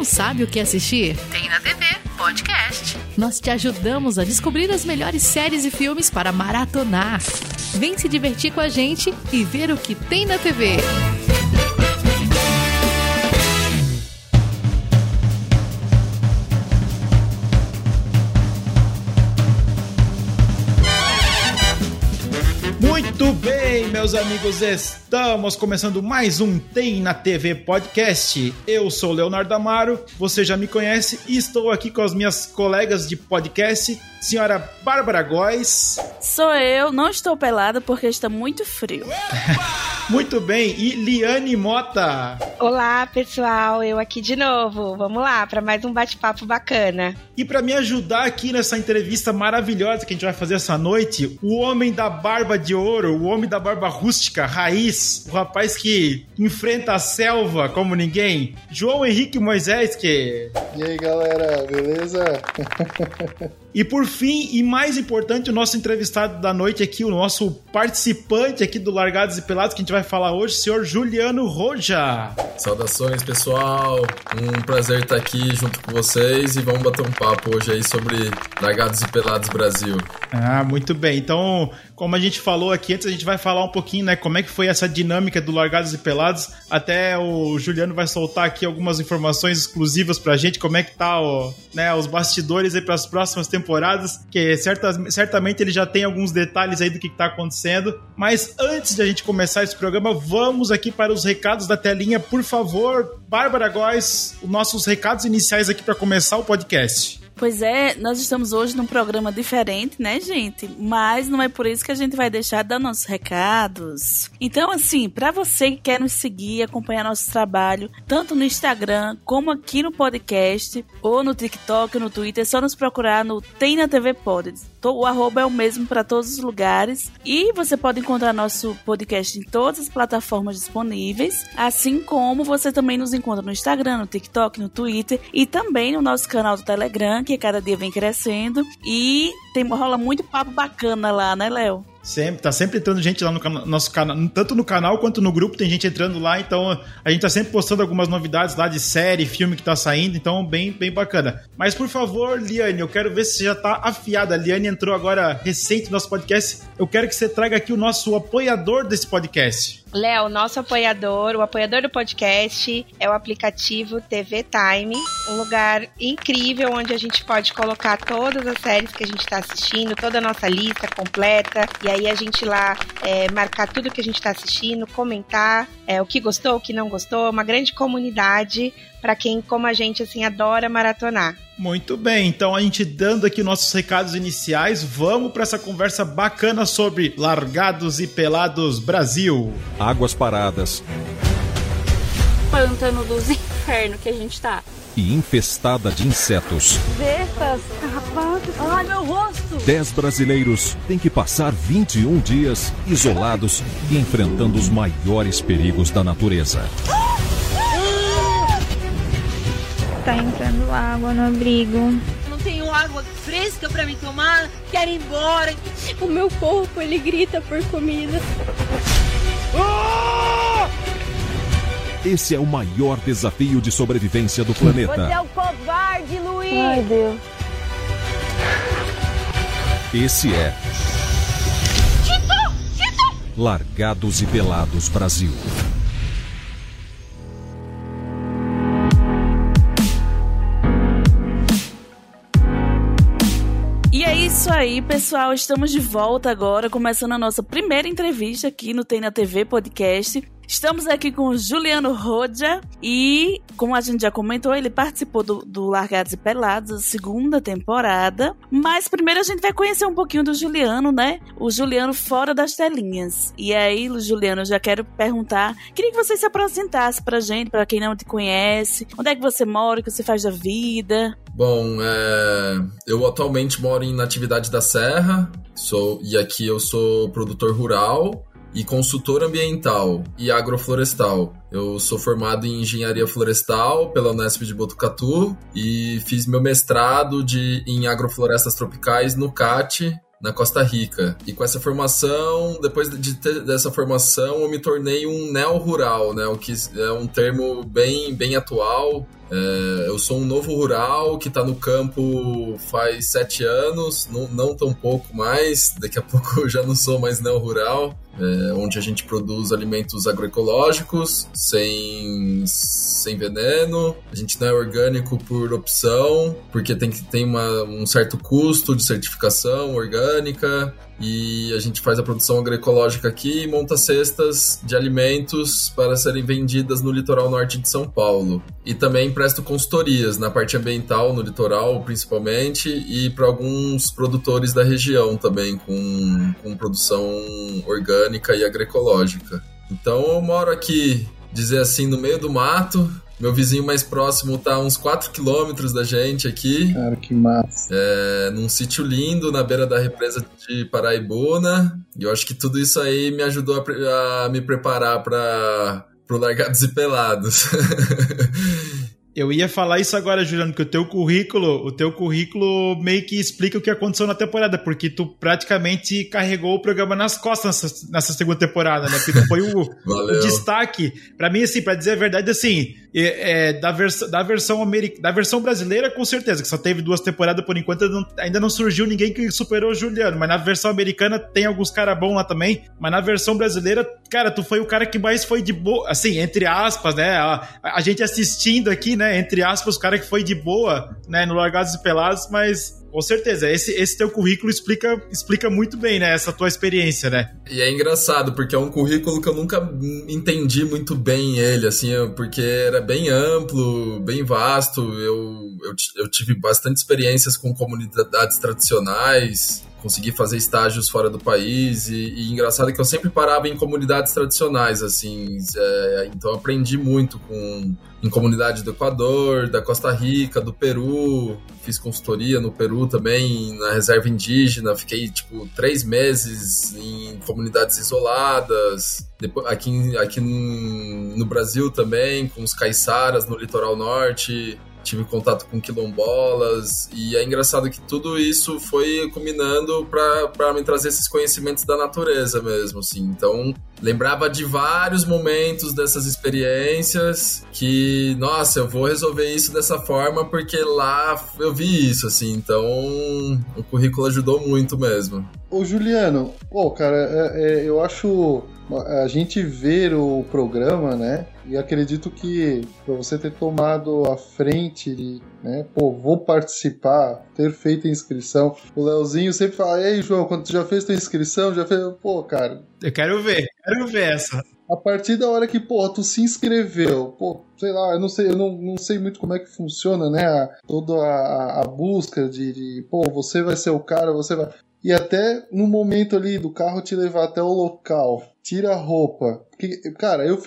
sabe o que assistir? Tem na TV Podcast. Nós te ajudamos a descobrir as melhores séries e filmes para maratonar. Vem se divertir com a gente e ver o que tem na TV. Muito bem, meus amigos, estamos começando mais um Tem na TV Podcast. Eu sou o Leonardo Amaro, você já me conhece e estou aqui com as minhas colegas de podcast, senhora Bárbara Góes. Sou eu, não estou pelada porque está muito frio. Muito bem, e Liane Mota. Olá, pessoal, eu aqui de novo. Vamos lá, para mais um bate-papo bacana. E para me ajudar aqui nessa entrevista maravilhosa que a gente vai fazer essa noite, o homem da barba de ouro, o homem da barba rústica, raiz, o rapaz que enfrenta a selva como ninguém, João Henrique Moisés. E aí, galera, beleza? E por fim, e mais importante, o nosso entrevistado da noite aqui, o nosso participante aqui do Largados e Pelados, que a gente vai falar hoje, o senhor Juliano Roja. Saudações, pessoal. Um prazer estar aqui junto com vocês e vamos bater um papo hoje aí sobre Largados e Pelados Brasil. Ah, muito bem. Então, como a gente falou aqui antes, a gente vai falar um pouquinho, né, como é que foi essa dinâmica do Largados e Pelados. Até o Juliano vai soltar aqui algumas informações exclusivas pra gente, como é que tá os bastidores aí pras próximas temporadas, que certamente ele já tem alguns detalhes aí do que tá acontecendo. Mas antes de a gente começar esse programa, vamos aqui para os recados da telinha, por favor. Bárbara Góes, os nossos recados iniciais aqui para começar o podcast. Pois é, nós estamos hoje num programa diferente, né, gente? Mas não é por isso que a gente vai deixar de dar nossos recados. Então, assim, pra você que quer nos seguir, acompanhar nosso trabalho, tanto no Instagram, como aqui no podcast, ou no TikTok, ou no Twitter, é só nos procurar no Tem na TV Pod. O arroba é o mesmo para todos os lugares. E você pode encontrar nosso podcast em todas as plataformas disponíveis, assim como você também nos encontra no Instagram, no TikTok, no Twitter e também no nosso canal do Telegram, que cada dia vem crescendo e rola muito papo bacana lá, né, Léo? Tá sempre entrando gente lá no nosso canal, tanto no canal quanto no grupo, tem gente entrando lá, então a gente tá sempre postando algumas novidades lá de série, filme que tá saindo, então bem, bem bacana. Mas por favor, Liane, eu quero ver se você já tá afiada. A Liane entrou agora recente no nosso podcast, eu quero que você traga aqui o nosso apoiador desse podcast. Léo, nosso apoiador, o apoiador do podcast é o aplicativo TV Time, um lugar incrível onde a gente pode colocar todas as séries que a gente está assistindo, toda a nossa lista completa, e aí a gente lá marcar tudo que a gente está assistindo, comentar o que gostou, o que não gostou, uma grande comunidade para quem, como a gente, assim, adora maratonar. Muito bem, então a gente dando aqui nossos recados iniciais, vamos para essa conversa bacana sobre Largados e Pelados Brasil. Águas paradas. Pântano dos infernos que a gente tá. E infestada de insetos. Vespas, carrapatos. Ai, meu rosto! 10 brasileiros têm que passar 21 dias isolados e enfrentando os maiores perigos da natureza. Tá entrando água no abrigo. Não tenho água fresca pra me tomar. Quero ir embora. O meu corpo, ele grita por comida. Esse é o maior desafio de sobrevivência do planeta. Você é um covarde, Luiz. Ai, Deus. Esse é... Tito! Largados e Pelados Brasil. E é isso aí, pessoal. Estamos de volta agora, começando a nossa primeira entrevista aqui no Tem na TV Podcast. Estamos aqui com o Juliano Roja e, como a gente já comentou, ele participou do Largados e Pelados, a segunda temporada. Mas primeiro a gente vai conhecer um pouquinho do Juliano, né? O Juliano fora das telinhas. E aí, Juliano, eu já quero perguntar, queria que você se apresentasse pra gente, pra quem não te conhece. Onde é que você mora, o que você faz da vida? Bom, eu atualmente moro em Natividade da Serra, e aqui eu sou produtor rural e consultor ambiental e agroflorestal. Eu sou formado em engenharia florestal pela Unesp de Botucatu e fiz meu mestrado em agroflorestas tropicais no CAT, na Costa Rica. E com essa formação, depois dessa formação, eu me tornei um neo-rural, né? O que é um termo bem atual. Eu sou um novo rural que está no campo faz 7 anos, não tão pouco mais, daqui a pouco eu já não sou mais neo-rural, onde a gente produz alimentos agroecológicos, sem veneno. A gente não é orgânico por opção, porque tem um certo custo de certificação orgânica, e a gente faz a produção agroecológica aqui e monta cestas de alimentos para serem vendidas no litoral norte de São Paulo. E também presto consultorias na parte ambiental, no litoral principalmente, e para alguns produtores da região também, com produção orgânica e agroecológica. Então eu moro aqui, dizer assim, no meio do mato. Meu vizinho mais próximo tá a uns 4 quilômetros da gente aqui. Cara, que massa. Num sítio lindo, na beira da represa de Paraibuna. E eu acho que tudo isso aí me ajudou a me preparar pro Largados e Pelados. Eu ia falar isso agora, Juliano, que o teu currículo meio que explica o que aconteceu na temporada, porque tu praticamente carregou o programa nas costas nessa segunda temporada, né? Porque tu foi o destaque. Pra mim, assim, pra dizer a verdade, assim, da versão brasileira, com certeza, que só teve 2 temporadas por enquanto, ainda não surgiu ninguém que superou o Juliano, mas na versão americana tem alguns caras bons lá também, mas na versão brasileira, cara, tu foi o cara que mais foi de boa, assim, entre aspas, né? A gente assistindo aqui, né? Entre aspas, o cara que foi de boa, né, no Largados e Pelados, mas com certeza, esse teu currículo explica muito bem, né, essa tua experiência, né? E é engraçado, porque é um currículo que eu nunca entendi muito bem ele, assim, porque era bem amplo, bem vasto, eu tive bastante experiências com comunidades tradicionais, consegui fazer estágios fora do país e engraçado que eu sempre parava em comunidades tradicionais, assim, então eu aprendi muito em comunidade do Equador, da Costa Rica, do Peru, fiz consultoria no Peru também, na reserva indígena, fiquei 3 meses em comunidades isoladas, depois, aqui no Brasil também, com os caiçaras no litoral norte, tive contato com quilombolas, e é engraçado que tudo isso foi culminando para me trazer esses conhecimentos da natureza mesmo, assim. Então, lembrava de vários momentos dessas experiências que, nossa, eu vou resolver isso dessa forma porque lá eu vi isso, assim. Então, o currículo ajudou muito mesmo. Ô, Juliano, cara, eu acho... A gente ver o programa, né? E acredito que para você ter tomado a frente, né? Vou participar, ter feito a inscrição. O Leozinho sempre fala: "Ei, João, quando tu já fez tua inscrição, já fez." Cara, eu quero ver essa. A partir da hora que, tu se inscreveu, sei lá, eu não sei muito como é que funciona, né? Toda a busca de você vai ser o cara, você vai... E até no momento ali do carro te levar até o local, tira a roupa. Porque, cara, eu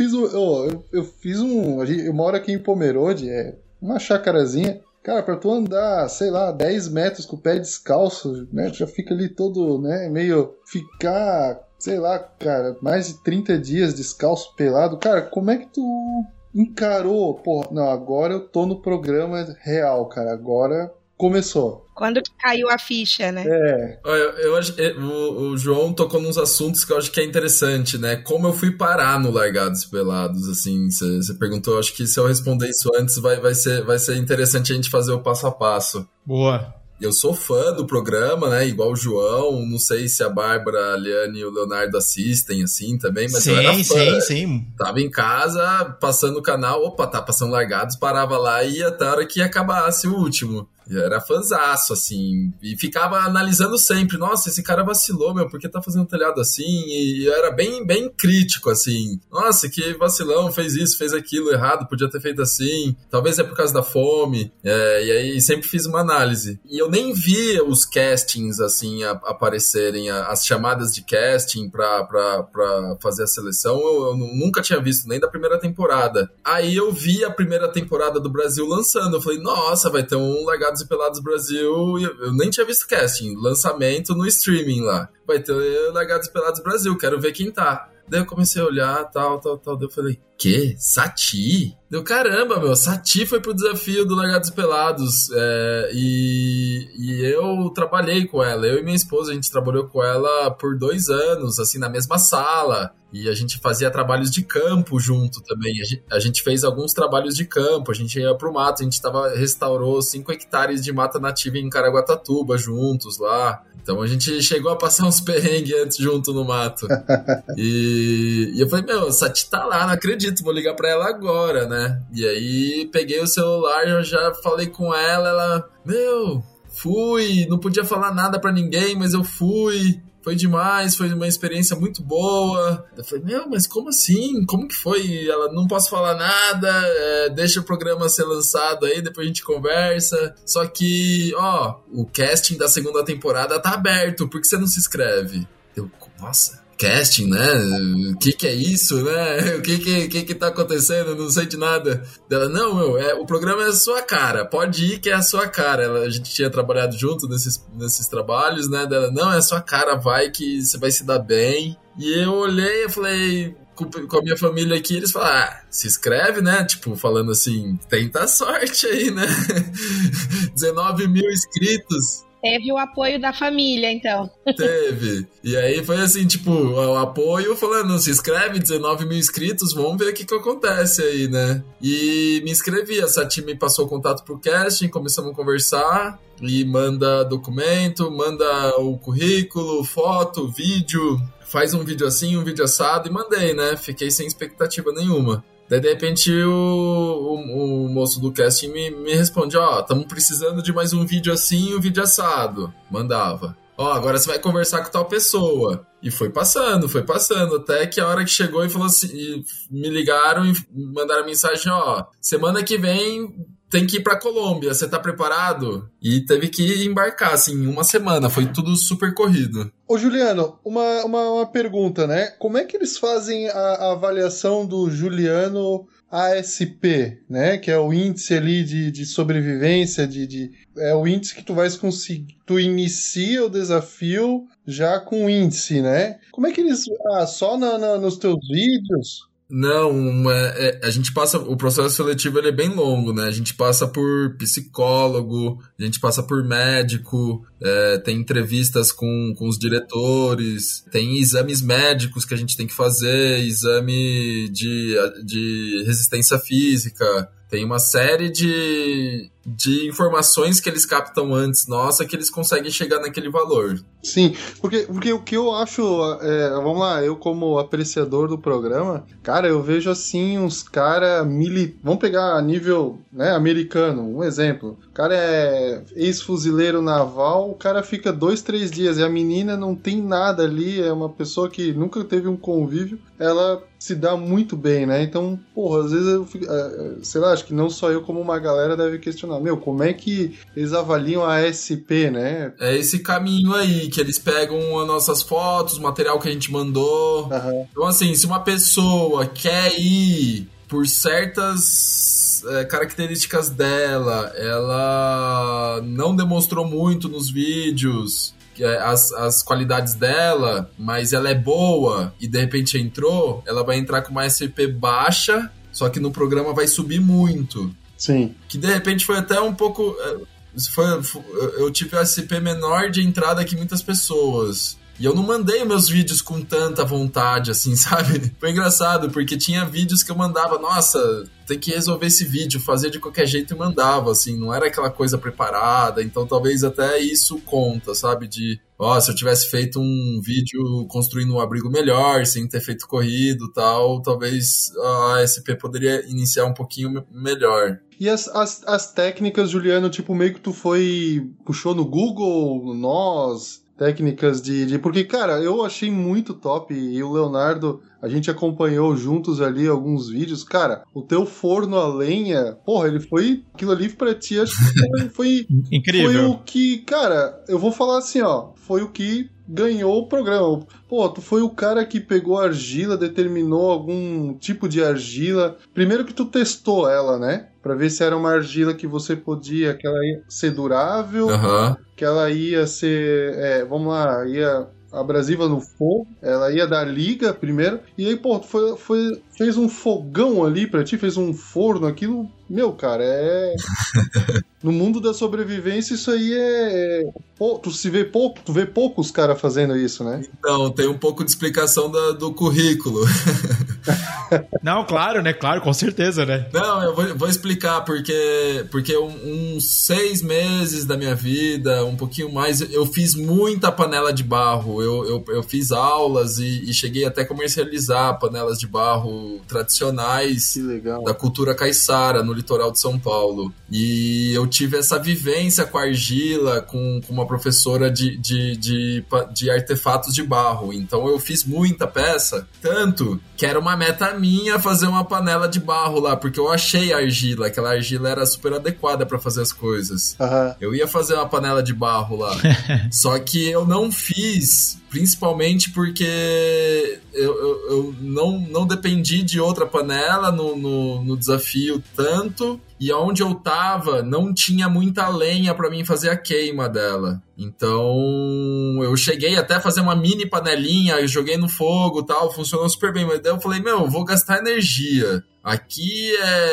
moro aqui em Pomerode, é uma chacarazinha. Cara, pra tu andar, sei lá, 10 metros com o pé descalço, né? Tu já fica ali todo, né, meio... Ficar, sei lá, cara, mais de 30 dias descalço, pelado. Cara, como é que tu encarou? Não, agora eu tô no programa real, cara, agora... Começou. Quando caiu a ficha, né? Eu acho que o João tocou nos assuntos que eu acho que é interessante, né? Como eu fui parar no Largados e Pelados, assim, você perguntou, acho que se eu responder isso antes vai ser interessante a gente fazer o passo a passo. Boa. Eu sou fã do programa, né? Igual o João, não sei se a Bárbara, a Liane e o Leonardo assistem, assim, também, mas eu era fã. Sim. Tava em casa, passando o canal, tá passando Largados, parava lá e ia até a hora que acabasse o último. Eu era fãzaço, assim, e ficava analisando sempre, nossa, esse cara vacilou, por que tá fazendo telhado assim? E eu era bem, bem crítico, assim, nossa, que vacilão, fez isso, fez aquilo errado, podia ter feito assim, talvez é por causa da fome, e aí sempre fiz uma análise. E eu nem via os castings, assim, aparecerem, as chamadas de casting pra fazer a seleção, eu nunca tinha visto, nem da primeira temporada. Aí eu vi a primeira temporada do Brasil lançando, eu falei, nossa, vai ter um Largados e Pelados Brasil, eu nem tinha visto casting, lançamento no streaming lá. Vai ter Largados e Pelados Brasil, quero ver quem tá. Daí eu comecei a olhar, tal, daí eu falei, que? Sati? Deu, caramba, meu, Sati foi pro desafio do Largados e Pelados, e eu trabalhei com ela, eu e minha esposa, a gente trabalhou com ela por 2 anos, assim, na mesma sala, e a gente fazia trabalhos de campo junto também, a gente fez alguns trabalhos de campo, a gente ia pro mato, a gente restaurou 5 hectares de mata nativa em Caraguatatuba juntos lá, então a gente chegou a passar uns perrengues antes junto no mato, e eu falei, meu, a Sati tá lá, não acredito, vou ligar pra ela agora, né, e aí peguei o celular, eu já falei com ela, meu, fui, não podia falar nada pra ninguém, mas eu fui, foi demais, foi uma experiência muito boa. Eu falei, meu, mas como assim? Como que foi? Ela, não posso falar nada, deixa o programa ser lançado aí, depois a gente conversa. Só que, o casting da 2ª temporada tá aberto, por que você não se inscreve? Eu, nossa, casting, né? O que é isso, né? O que tá acontecendo? Não sei de nada. Ela, não, meu, o programa é a sua cara, pode ir que é a sua cara. A gente tinha trabalhado junto nesses trabalhos, né? Dela, não, é a sua cara, vai que você vai se dar bem. E eu olhei e falei, com a minha família aqui, eles falaram, se inscreve, né? Tipo, falando assim, tenta a sorte aí, né? 19 mil inscritos. Teve o apoio da família, então. Teve. E aí foi assim, tipo, o apoio falando, se inscreve, 19 mil inscritos, vamos ver o que acontece aí, né? E me inscrevi, a Sati me passou o contato pro casting, começamos a conversar, e manda documento, manda o currículo, foto, vídeo, faz um vídeo assim, um vídeo assado, e mandei, né? Fiquei sem expectativa nenhuma. Daí, de repente, o moço do casting me responde, estamos precisando de mais um vídeo assim e um vídeo assado. Mandava. Agora você vai conversar com tal pessoa. E foi passando, até que a hora que chegou e falou assim, me ligaram e mandaram mensagem, semana que vem tem que ir pra Colômbia, você tá preparado? E teve que embarcar, assim, em uma semana, foi tudo super corrido. Ô Juliano, uma pergunta, né? Como é que eles fazem a avaliação do Juliano ASP, né? Que é o índice ali de sobrevivência, é o índice que tu vais conseguir, tu inicia o desafio já com o índice, né? Como é que eles... só nos teus vídeos... Não, a gente passa, o processo seletivo ele é bem longo, né? A gente passa por psicólogo, a gente passa por médico, tem entrevistas com os diretores, tem exames médicos que a gente tem que fazer, exame de resistência física, tem uma série de informações que eles captam antes, que eles conseguem chegar naquele valor. Sim, porque o que eu acho, vamos lá, eu como apreciador do programa, cara, eu vejo assim uns caras vamos pegar a nível, né, americano, um exemplo, o cara é ex-fuzileiro naval, o cara fica 2-3 dias e a menina não tem nada ali, é uma pessoa que nunca teve um convívio, ela se dá muito bem, né, então, porra, às vezes eu fico, sei lá, acho que não só eu como uma galera deve questionar, como é que eles avaliam a ASP, né? É esse caminho aí, que eles pegam as nossas fotos, o material que a gente mandou. Uhum. Então, assim, se uma pessoa quer ir por certas características dela, ela não demonstrou muito nos vídeos as qualidades dela, mas ela é boa e de repente entrou, ela vai entrar com uma ASP baixa, só que no programa vai subir muito. Sim. Que de repente foi até um pouco... eu tive a SP menor de entrada que muitas pessoas. E eu não mandei meus vídeos com tanta vontade, assim, sabe? Foi engraçado, porque tinha vídeos que eu mandava, nossa, tem que resolver esse vídeo, fazer de qualquer jeito e mandava, assim, não era aquela coisa preparada, então talvez até isso conta, sabe? Se eu tivesse feito um vídeo construindo um abrigo melhor, sem ter feito corrido e tal, talvez a SP poderia iniciar um pouquinho melhor. E as técnicas, Juliano, tipo, meio que tu puxou no Google, no Nós... técnicas porque, cara, eu achei muito top e o Leonardo, a gente acompanhou juntos ali alguns vídeos, cara, o teu forno a lenha, porra, aquilo ali pra ti, acho que foi incrível. Foi o que, cara, eu vou falar assim, foi o que ganhou o programa. Pô, tu foi o cara que pegou a argila, determinou algum tipo de argila, primeiro que tu testou ela, né? Pra ver se era uma argila que você podia, que ela ia ser durável, que ela ia ser, vamos lá, ia abrasiva no fogo, ela ia dar liga primeiro, e aí, pô, fez um fogão ali pra ti, fez um forno, aquilo, meu, cara, no mundo da sobrevivência isso aí tu vê poucos caras fazendo isso, né? Então, tem um pouco de explicação do currículo. Não, claro, né? Claro, com certeza, né? Não, eu vou explicar, porque uns 6 meses da minha vida, um pouquinho mais, eu fiz muita panela de barro. Eu fiz aulas e cheguei até a comercializar panelas de barro tradicionais da cultura caiçara no litoral de São Paulo. E eu tive essa vivência com a argila, com uma professora de artefatos de barro. Então eu fiz muita peça, tanto que era uma meta minha fazer uma panela de barro lá, porque eu achei a argila, aquela argila era super adequada pra fazer as coisas. Uhum. Eu ia fazer uma panela de barro lá. Só que eu não fiz, principalmente porque eu não dependi de outra panela no desafio tanto, e onde eu tava não tinha muita lenha pra mim fazer a queima dela. Então eu cheguei até a fazer uma mini panelinha, eu joguei no fogo e tal, funcionou super bem, mas daí eu falei, eu vou gastar energia. Aqui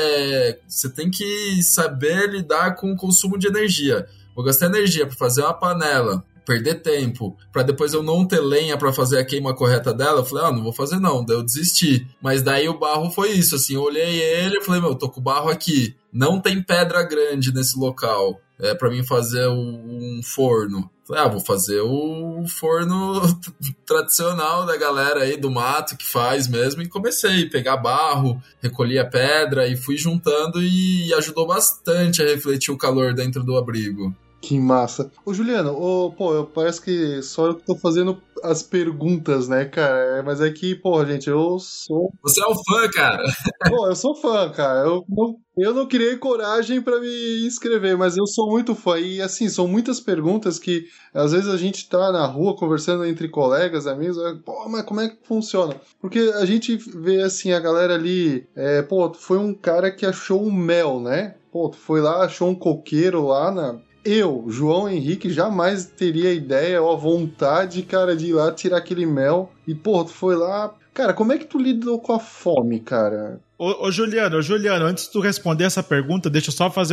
você tem que saber lidar com o consumo de energia. Vou gastar energia pra fazer uma panela, perder tempo, pra depois eu não ter lenha pra fazer a queima correta dela. Eu falei, não vou fazer não, daí eu desisti. Mas daí o barro foi isso, assim, eu olhei ele e falei, tô com o barro aqui, não tem pedra grande nesse local, pra mim fazer um forno. Falei, vou fazer o forno tradicional da galera aí do mato que faz mesmo, e comecei a pegar barro, recolhi a pedra e fui juntando, e ajudou bastante a refletir o calor dentro do abrigo. Que massa. Ô, Juliano, parece que só eu que tô fazendo as perguntas, né, cara? Mas é que, gente, eu sou... Você é um fã, cara. Eu sou fã, cara. Eu não criei coragem pra me inscrever, mas eu sou muito fã. E, assim, são muitas perguntas que, às vezes, a gente tá na rua conversando entre colegas, amigos, mas como é que funciona? Porque a gente vê, assim, a galera ali... foi um cara que achou um mel, né? Tu foi lá, achou um coqueiro lá Eu, João Henrique, jamais teria a ideia ou a vontade, cara, de ir lá tirar aquele mel. E, tu foi lá... Cara, como é que tu lidou com a fome, cara? Ô Juliano, antes de tu responder essa pergunta, deixa eu só fazer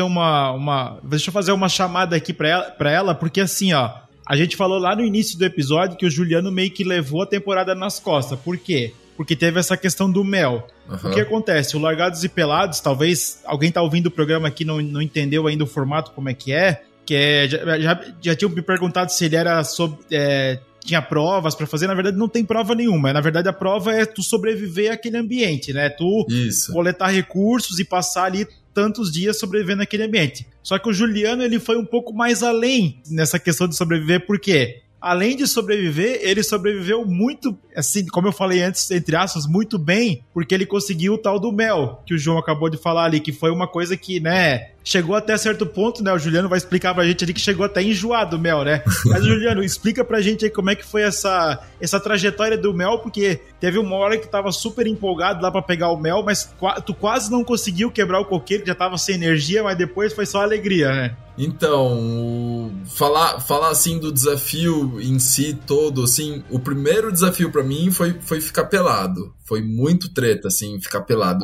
uma chamada aqui pra ela, porque assim, a gente falou lá no início do episódio que o Juliano meio que levou a temporada nas costas. Por quê? Porque teve essa questão do mel. Uhum. O que acontece? O Largados e Pelados, talvez alguém tá ouvindo o programa aqui e não entendeu ainda o formato, como é que é. Já tinham me perguntado se ele era tinha provas pra fazer. Na verdade, não tem prova nenhuma. Na verdade, a prova é tu sobreviver àquele ambiente, né? Tu coletar recursos e passar ali tantos dias sobrevivendo naquele ambiente. Só que o Juliano, ele foi um pouco mais além nessa questão de sobreviver, por quê? Além de sobreviver, ele sobreviveu muito, assim, como eu falei antes, entre aspas, muito bem, porque ele conseguiu o tal do mel, que o João acabou de falar ali, que foi uma coisa que, né, chegou até certo ponto, né, o Juliano vai explicar pra gente ali que chegou até enjoado o mel, né? Mas, Juliano, explica pra gente aí como é que foi essa trajetória do mel, porque teve uma hora que tava super empolgado lá pra pegar o mel, mas tu quase não conseguiu quebrar o coqueiro, já tava sem energia, mas depois foi só alegria, né? Então, falar assim do desafio em si todo, assim, o primeiro desafio pra mim foi ficar pelado. Foi muito treta, assim, ficar pelado,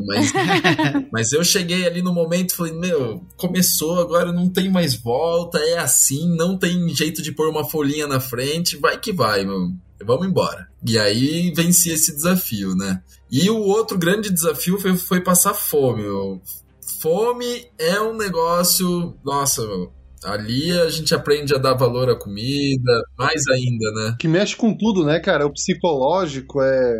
mas eu cheguei ali no momento e falei, começou, agora não tem mais volta, é assim, não tem jeito de pôr uma folhinha na frente, vai que vai, vamos embora. E aí venci esse desafio, né? E o outro grande desafio foi passar fome, Fome é um negócio... Nossa, ali a gente aprende a dar valor à comida, mais ainda, né? Que mexe com tudo, né, cara? O psicológico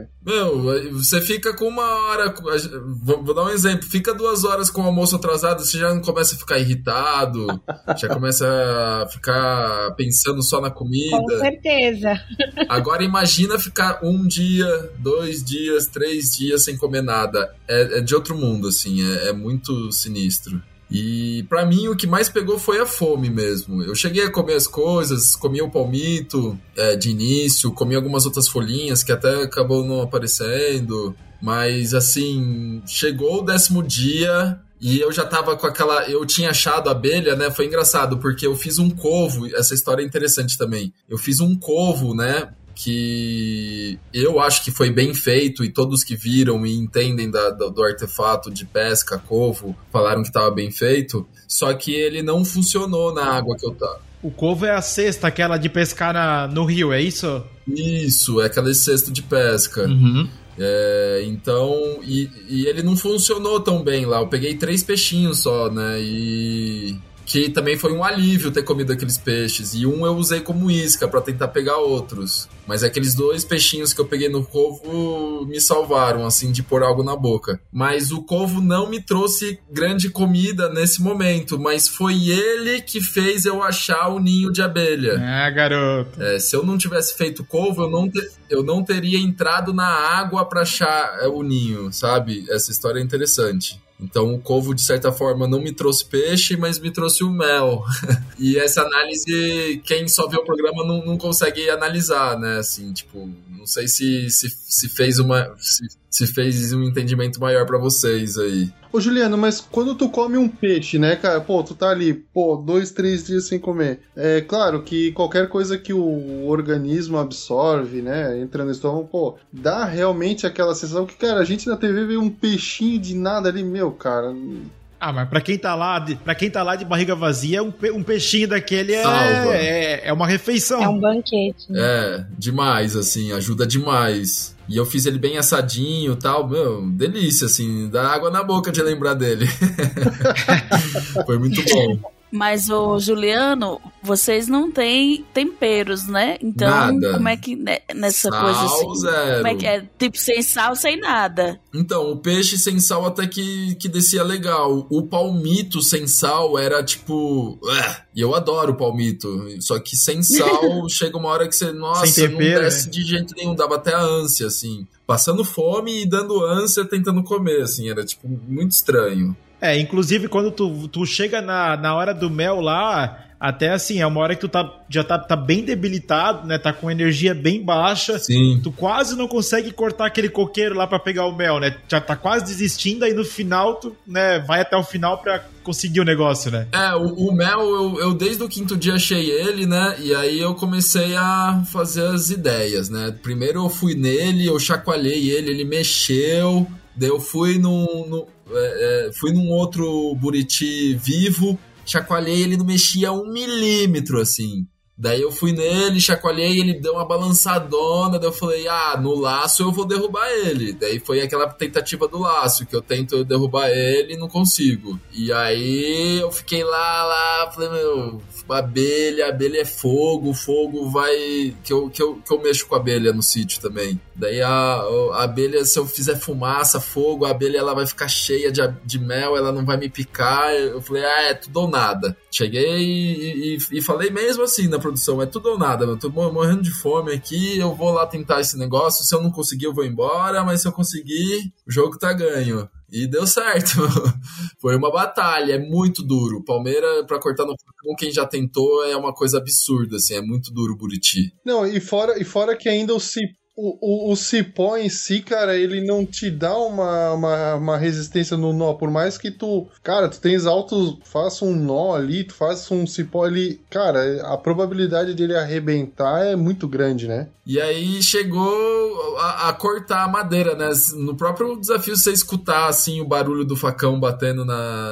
você fica com 1 hora... Vou dar um exemplo. Fica 2 horas com o almoço atrasado, você já não começa a ficar irritado, já começa a ficar pensando só na comida. Com certeza. Agora imagina ficar 1 dia, 2 dias, 3 dias sem comer nada. É de outro mundo, assim. É muito sinistro. E pra mim o que mais pegou foi a fome mesmo. Eu cheguei a comer as coisas, comi o palmito de início, comi algumas outras folhinhas que até acabou não aparecendo, mas assim, chegou o 10º dia e eu já tava com eu tinha achado a abelha, né? Foi engraçado porque eu fiz um covo, essa história é interessante também. Eu fiz um covo, né? que eu acho que foi bem feito, e todos que viram e entendem do artefato de pesca, Covo, falaram que estava bem feito, só que ele não funcionou na água que eu tava. O Covo é a cesta, aquela de pescar no rio, é isso? Isso, é aquele cesto de pesca. Uhum. Então, e ele não funcionou tão bem lá. Eu peguei 3 peixinhos só, né? E que também foi um alívio ter comido aqueles peixes. E um eu usei como isca pra tentar pegar outros. Mas aqueles 2 peixinhos que eu peguei no Covo me salvaram, assim, de pôr algo na boca. Mas o Covo não me trouxe grande comida nesse momento, mas foi ele que fez eu achar o ninho de abelha. Ah, garoto. Se eu não tivesse feito Covo, eu não teria entrado na água pra achar o ninho, sabe? Essa história é interessante. Então o Covo, de certa forma, não me trouxe peixe, mas me trouxe o mel. E essa análise, quem só vê o programa não consegue analisar, né? Assim, tipo, não sei se fez um entendimento maior pra vocês aí. Ô, Juliano, mas quando tu come um peixe, né, cara, tu tá ali, 2, 3 dias sem comer. É claro que qualquer coisa que o organismo absorve, né, entra no estômago, dá realmente aquela sensação que, cara, a gente na TV vê um peixinho de nada ali, cara. Ah, mas pra quem tá lá de barriga vazia, um peixinho daquele é uma refeição. É um banquete. Né? Demais, assim, ajuda demais. E eu fiz ele bem assadinho e tal, delícia, assim, dá água na boca de lembrar dele. Foi muito bom. Mas, ô Juliano, vocês não têm temperos, né? Então, nada. Como é que nessa sal, coisa assim? Zero. Como é que é? Tipo, sem sal, sem nada. Então, o peixe sem sal até que descia legal. O palmito sem sal era tipo... E eu adoro o palmito. Só que sem sal, chega uma hora que você... Nossa, tempero, não desce, né? De jeito nenhum. Dava até ânsia, assim. Passando fome e dando ânsia tentando comer, assim. Era, tipo, muito estranho. Inclusive quando tu chega na hora do mel lá, até assim, é uma hora que tu já tá bem debilitado, né? Tá com energia bem baixa. Sim. Tu quase não consegue cortar aquele coqueiro lá pra pegar o mel, né? Já tá quase desistindo, aí no final tu, né, vai até o final pra conseguir o negócio, né? O mel, eu desde o 5º dia achei ele, né? E aí eu comecei a fazer as ideias, né? Primeiro eu fui nele, eu chacoalhei ele mexeu. Daí eu fui num outro buriti vivo, chacoalhei, ele não mexia 1 milímetro, assim. Daí eu fui nele, chacoalhei, ele deu uma balançadona, daí eu falei, no laço eu vou derrubar ele. Daí foi aquela tentativa do laço, que eu tento derrubar ele e não consigo. E aí eu fiquei lá, falei, abelha é fogo vai... Que eu mexo com a abelha no sítio também. Daí a abelha, se eu fizer fumaça, fogo, a abelha ela vai ficar cheia de mel, ela não vai me picar. Eu falei, é tudo ou nada. Cheguei e falei mesmo assim na produção, é tudo ou nada, eu tô morrendo de fome aqui, eu vou lá tentar esse negócio, se eu não conseguir eu vou embora, mas se eu conseguir, o jogo tá ganho. E deu certo. Foi uma batalha, é muito duro. Palmeira, pra cortar no fogo, quem já tentou, é uma coisa absurda, assim, é muito duro o buriti. Não, e fora que ainda o cipó em si, cara, ele não te dá uma resistência no nó, por mais que tu tens altos, faça um nó ali, tu faça um cipó ali, cara, a probabilidade dele arrebentar é muito grande, né? E aí chegou a cortar a madeira, né? No próprio desafio, você escutar, assim, o barulho do facão batendo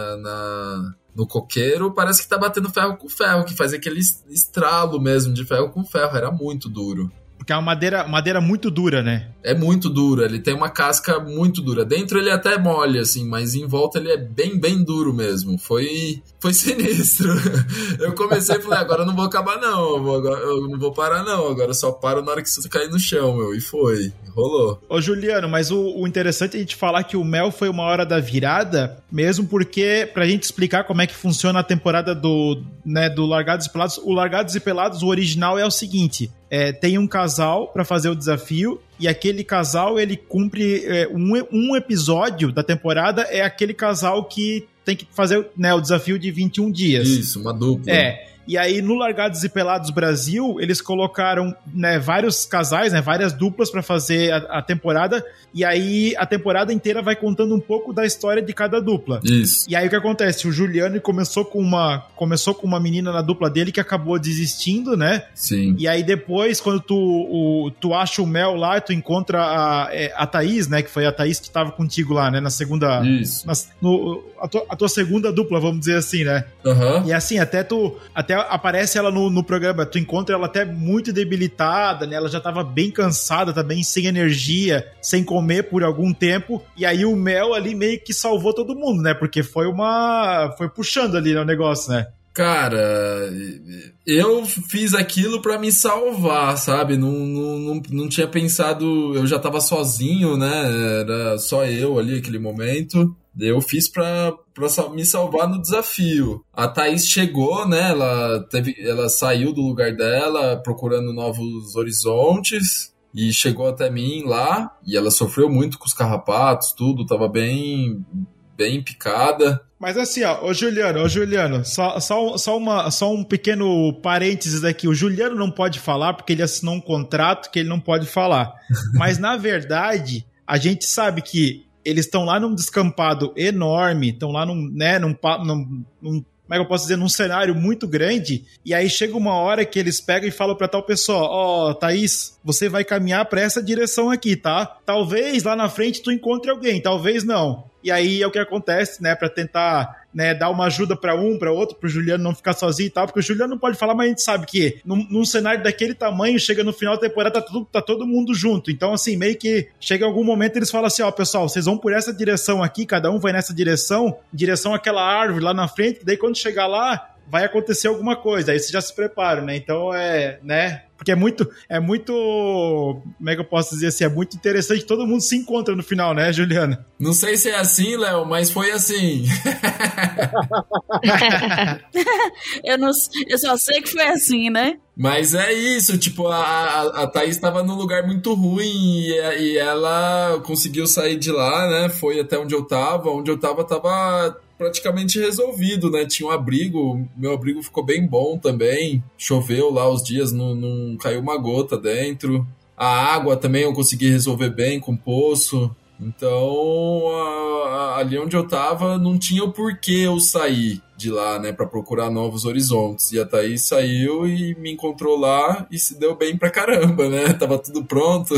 no coqueiro, parece que tá batendo ferro com ferro, que faz aquele estralo mesmo de ferro com ferro, era muito duro. Porque é uma madeira muito dura, né? É muito dura, ele tem uma casca muito dura. Dentro ele até mole, assim, mas em volta ele é bem, bem duro mesmo. Foi sinistro. Eu comecei e falei, agora eu não vou acabar não, eu não vou parar não, agora eu só paro na hora que você cair no chão, meu. E foi, rolou. Ô Juliano, mas o interessante é a gente falar que o mel foi uma hora da virada, mesmo porque, pra gente explicar como é que funciona a temporada do Largados e Pelados, o Largados e Pelados, o original é o seguinte... tem um casal pra fazer o desafio e aquele casal, ele cumpre um episódio da temporada, é aquele casal que tem que fazer, né, o desafio de 21 dias. Isso, uma dupla. E aí, no Largados e Pelados Brasil, eles colocaram, né, vários casais, né, várias duplas pra fazer a temporada. E aí, a temporada inteira vai contando um pouco da história de cada dupla. Isso. E aí, o que acontece? O Juliano começou com uma menina na dupla dele que acabou desistindo, né? Sim. E aí, depois, quando tu acha o Mel lá, tu encontra a Thaís, né? Que foi a Thaís que tava contigo lá, né? Na segunda... Isso. A tua segunda dupla, vamos dizer assim, né? Aham. E assim, até aparece ela no programa, tu encontra ela até muito debilitada, né? Ela já tava bem cansada também, sem energia, sem comer por algum tempo. E aí o Mel ali meio que salvou todo mundo, né? Porque foi puxando ali, né, o negócio, né? Cara, eu fiz aquilo pra me salvar, sabe? Não tinha pensado... Eu já tava sozinho, né? Era só eu ali naquele momento. Eu fiz pra me salvar no desafio. A Thaís chegou, né? Ela saiu do lugar dela procurando novos horizontes e chegou até mim lá. E ela sofreu muito com os carrapatos, tudo. Tava bem picada. Mas assim, ó, ô Juliano, só um pequeno parênteses aqui. O Juliano não pode falar porque ele assinou um contrato que ele não pode falar. Mas, na verdade, a gente sabe que eles estão lá num descampado enorme, estão lá num como é que eu posso dizer, num cenário muito grande, e aí chega uma hora que eles pegam e falam pra tal pessoa, ó, Thaís, você vai caminhar pra essa direção aqui, tá? Talvez lá na frente tu encontre alguém, talvez não. E aí é o que acontece, né, pra tentar, né, dar uma ajuda pra um, pra outro, pro Juliano não ficar sozinho e tal, porque o Juliano não pode falar, mas a gente sabe que num cenário daquele tamanho, chega no final da temporada, tá todo mundo junto. Então, assim, meio que chega em algum momento eles falam assim, ó, pessoal, vocês vão por essa direção aqui, cada um vai nessa direção àquela árvore lá na frente, daí quando chegar lá, vai acontecer alguma coisa, aí vocês já se preparam, né? Então né? Porque é muito, como é que eu posso dizer assim, é muito interessante, todo mundo se encontra no final, né, Juliana? Não sei se é assim, Léo, mas foi assim. Eu só sei que foi assim, né? Mas é isso, tipo, a Thaís estava num lugar muito ruim e ela conseguiu sair de lá, né? Foi até onde eu tava praticamente resolvido, né? Tinha um abrigo, meu abrigo ficou bem bom também. Choveu lá os dias, não caiu uma gota dentro. A água também eu consegui resolver bem com o poço. Então, ali onde eu tava, não tinha o porquê eu sair de lá, né, pra procurar novos horizontes. E a Thaís saiu e me encontrou lá e se deu bem pra caramba, né? Tava tudo pronto.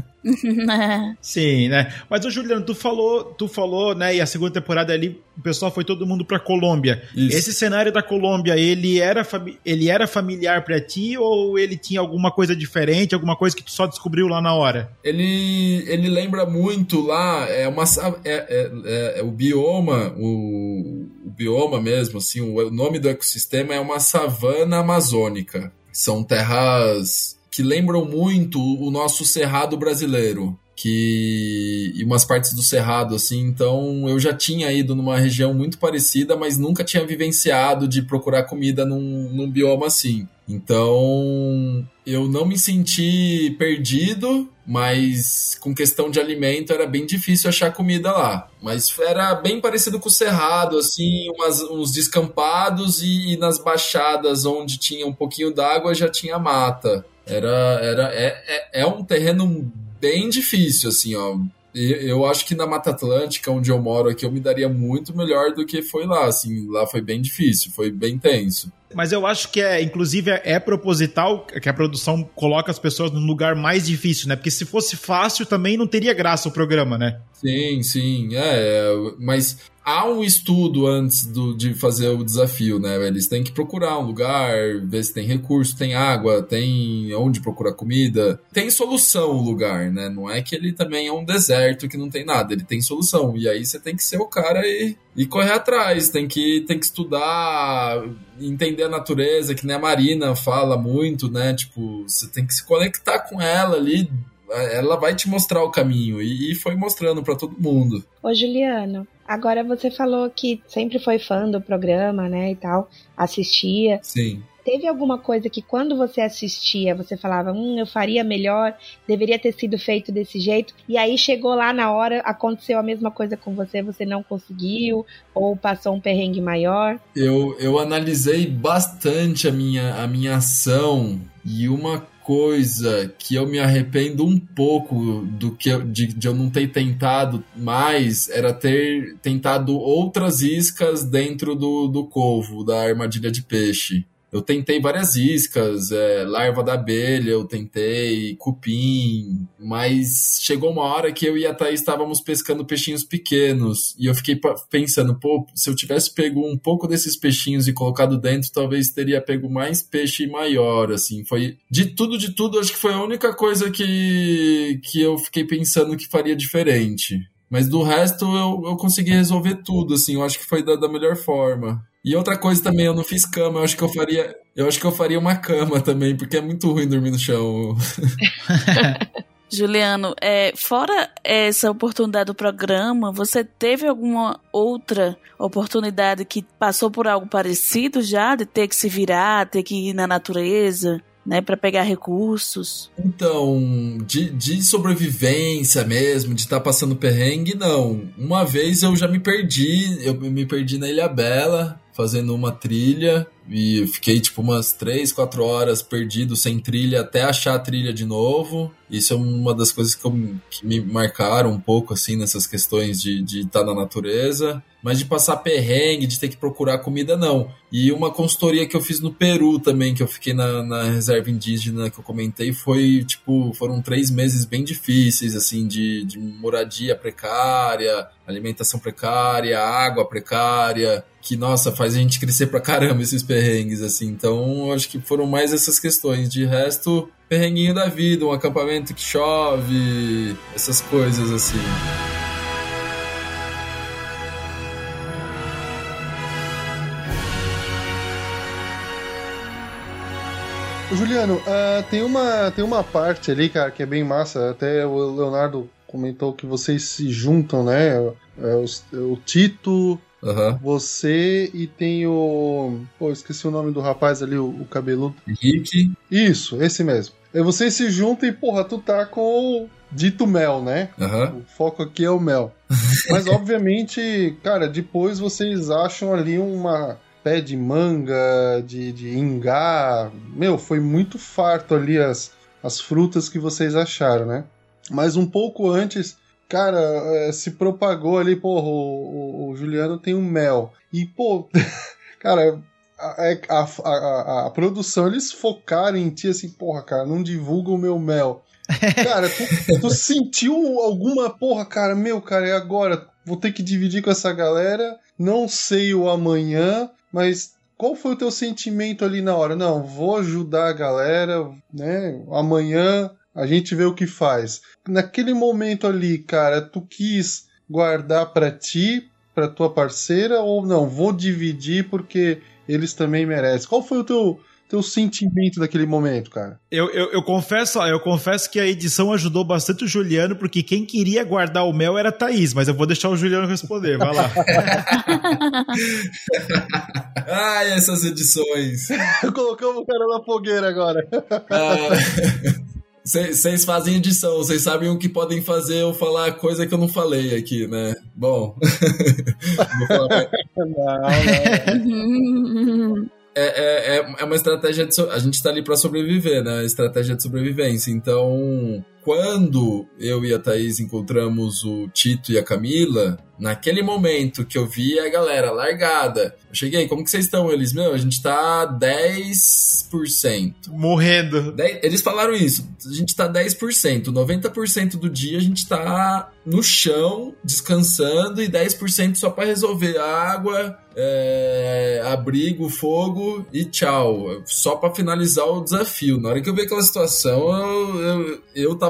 Sim, né? Mas, ô Juliano, tu falou, né, e a segunda temporada ali, o pessoal foi todo mundo pra Colômbia. Isso. Esse cenário da Colômbia, ele era familiar pra ti ou ele tinha alguma coisa diferente, alguma coisa que tu só descobriu lá na hora? Ele lembra muito lá, o bioma, o bioma mesmo, assim, o nome do ecossistema é uma savana amazônica. São terras que lembram muito o nosso cerrado brasileiro, e umas partes do cerrado, assim. Então eu já tinha ido numa região muito parecida, mas nunca tinha vivenciado de procurar comida num bioma assim. Então eu não me senti perdido, mas com questão de alimento era bem difícil achar comida lá. Mas era bem parecido com o cerrado, assim, uns descampados e nas baixadas onde tinha um pouquinho d'água já tinha mata. É um terreno bem difícil, assim, ó. Eu acho que na Mata Atlântica, onde eu moro aqui, eu me daria muito melhor do que foi lá, assim. Lá foi bem difícil, foi bem tenso. Mas eu acho que inclusive é proposital que a produção coloca as pessoas num lugar mais difícil, né? Porque se fosse fácil também não teria graça o programa, né? Sim, mas há um estudo antes de fazer o desafio, né? Eles têm que procurar um lugar, ver se tem recurso, tem água, tem onde procurar comida. Tem solução o lugar, né? Não é que ele também é um deserto que não tem nada, ele tem solução. E aí você tem que ser o cara e correr atrás, tem que estudar, entender a natureza, que nem a Marina fala muito, né? Tipo, você tem que se conectar com ela ali, ela vai te mostrar o caminho, e foi mostrando pra todo mundo. Ô Juliano, agora você falou que sempre foi fã do programa, né, e tal, assistia. Sim. teve alguma coisa que quando você assistia, você falava, eu faria melhor, deveria ter sido feito desse jeito, e aí chegou lá na hora, aconteceu a mesma coisa com você não conseguiu, ou passou um perrengue maior? Eu analisei bastante a minha ação, e uma coisa que eu me arrependo um pouco de eu não ter tentado mais era ter tentado outras iscas dentro do covo, da armadilha de peixe. Eu tentei várias iscas, larva da abelha, eu tentei cupim, mas chegou uma hora que eu e a Thaís estávamos pescando peixinhos pequenos, e eu fiquei pensando, se eu tivesse pego um pouco desses peixinhos e colocado dentro, talvez teria pego mais peixe maior, assim, foi, de tudo, acho que foi a única coisa que eu fiquei pensando que faria diferente. Mas do resto eu consegui resolver tudo, assim, eu acho que foi da melhor forma. E outra coisa também, eu não fiz cama, eu acho que eu faria uma cama também, porque é muito ruim dormir no chão. Juliano, fora essa oportunidade do programa, você teve alguma outra oportunidade que passou por algo parecido já, de ter que se virar, ter que ir na natureza, né, para pegar recursos? Então, de sobrevivência mesmo, de estar passando perrengue, não. Uma vez eu já me perdi na Ilha Bela, fazendo uma trilha, e fiquei tipo umas 3-4 horas perdido sem trilha até achar a trilha de novo. Isso é uma das coisas que me marcaram um pouco assim nessas questões de estar na natureza, mas de passar perrengue, de ter que procurar comida, não. E uma consultoria que eu fiz no Peru também, que eu fiquei na reserva indígena que eu comentei, foram 3 meses bem difíceis, assim, de moradia precária, alimentação precária, água precária, que, nossa, faz a gente crescer pra caramba esses perrengues, assim. Então, eu acho que foram mais essas questões. De resto, perrenguinho da vida, um acampamento que chove, essas coisas, assim. Juliano, tem uma parte ali, cara, que é bem massa. Até o Leonardo comentou que vocês se juntam, né? O Tito, você e tem o... esqueci o nome do rapaz ali, o cabeludo. Henrique. Isso, esse mesmo. Aí vocês se juntam e, tu tá com o dito mel, né? O foco aqui é o mel. Mas, obviamente, cara, depois vocês acham ali uma... pé de manga, de ingá. Foi muito farto ali as frutas que vocês acharam, né? Mas um pouco antes, cara, se propagou ali, o Juliano tem um mel. E, cara, a produção, eles focaram em ti assim, cara, não divulga o meu mel. Cara, tu sentiu alguma, cara, cara, é agora, vou ter que dividir com essa galera, não sei o amanhã, mas qual foi o teu sentimento ali na hora? Não, vou ajudar a galera, né? Amanhã a gente vê o que faz. Naquele momento ali, cara, tu quis guardar pra ti, pra tua parceira, ou não, vou dividir porque eles também merecem? Qual foi o teu sentimento daquele momento, cara? Eu confesso que a edição ajudou bastante o Juliano, porque quem queria guardar o mel era a Thaís, mas eu vou deixar o Juliano responder, vai lá. Ai, essas edições. Colocamos o cara na fogueira agora. Vocês fazem edição, vocês sabem o que podem fazer eu falar coisa que eu não falei aqui, né? Bom. Vou falar não. É uma estratégia a gente tá ali pra sobreviver, né? Estratégia de sobrevivência. Então, quando eu e a Thaís encontramos o Tito e a Camila, naquele momento que eu vi a galera largada, eu cheguei, como que vocês estão? Eles, a gente tá 10%. Morrendo. Eles falaram isso, a gente tá 10%. 90% do dia a gente tá no chão, descansando, e 10% só pra resolver água, abrigo, fogo e tchau. Só pra finalizar o desafio. Na hora que eu vi aquela situação, eu tava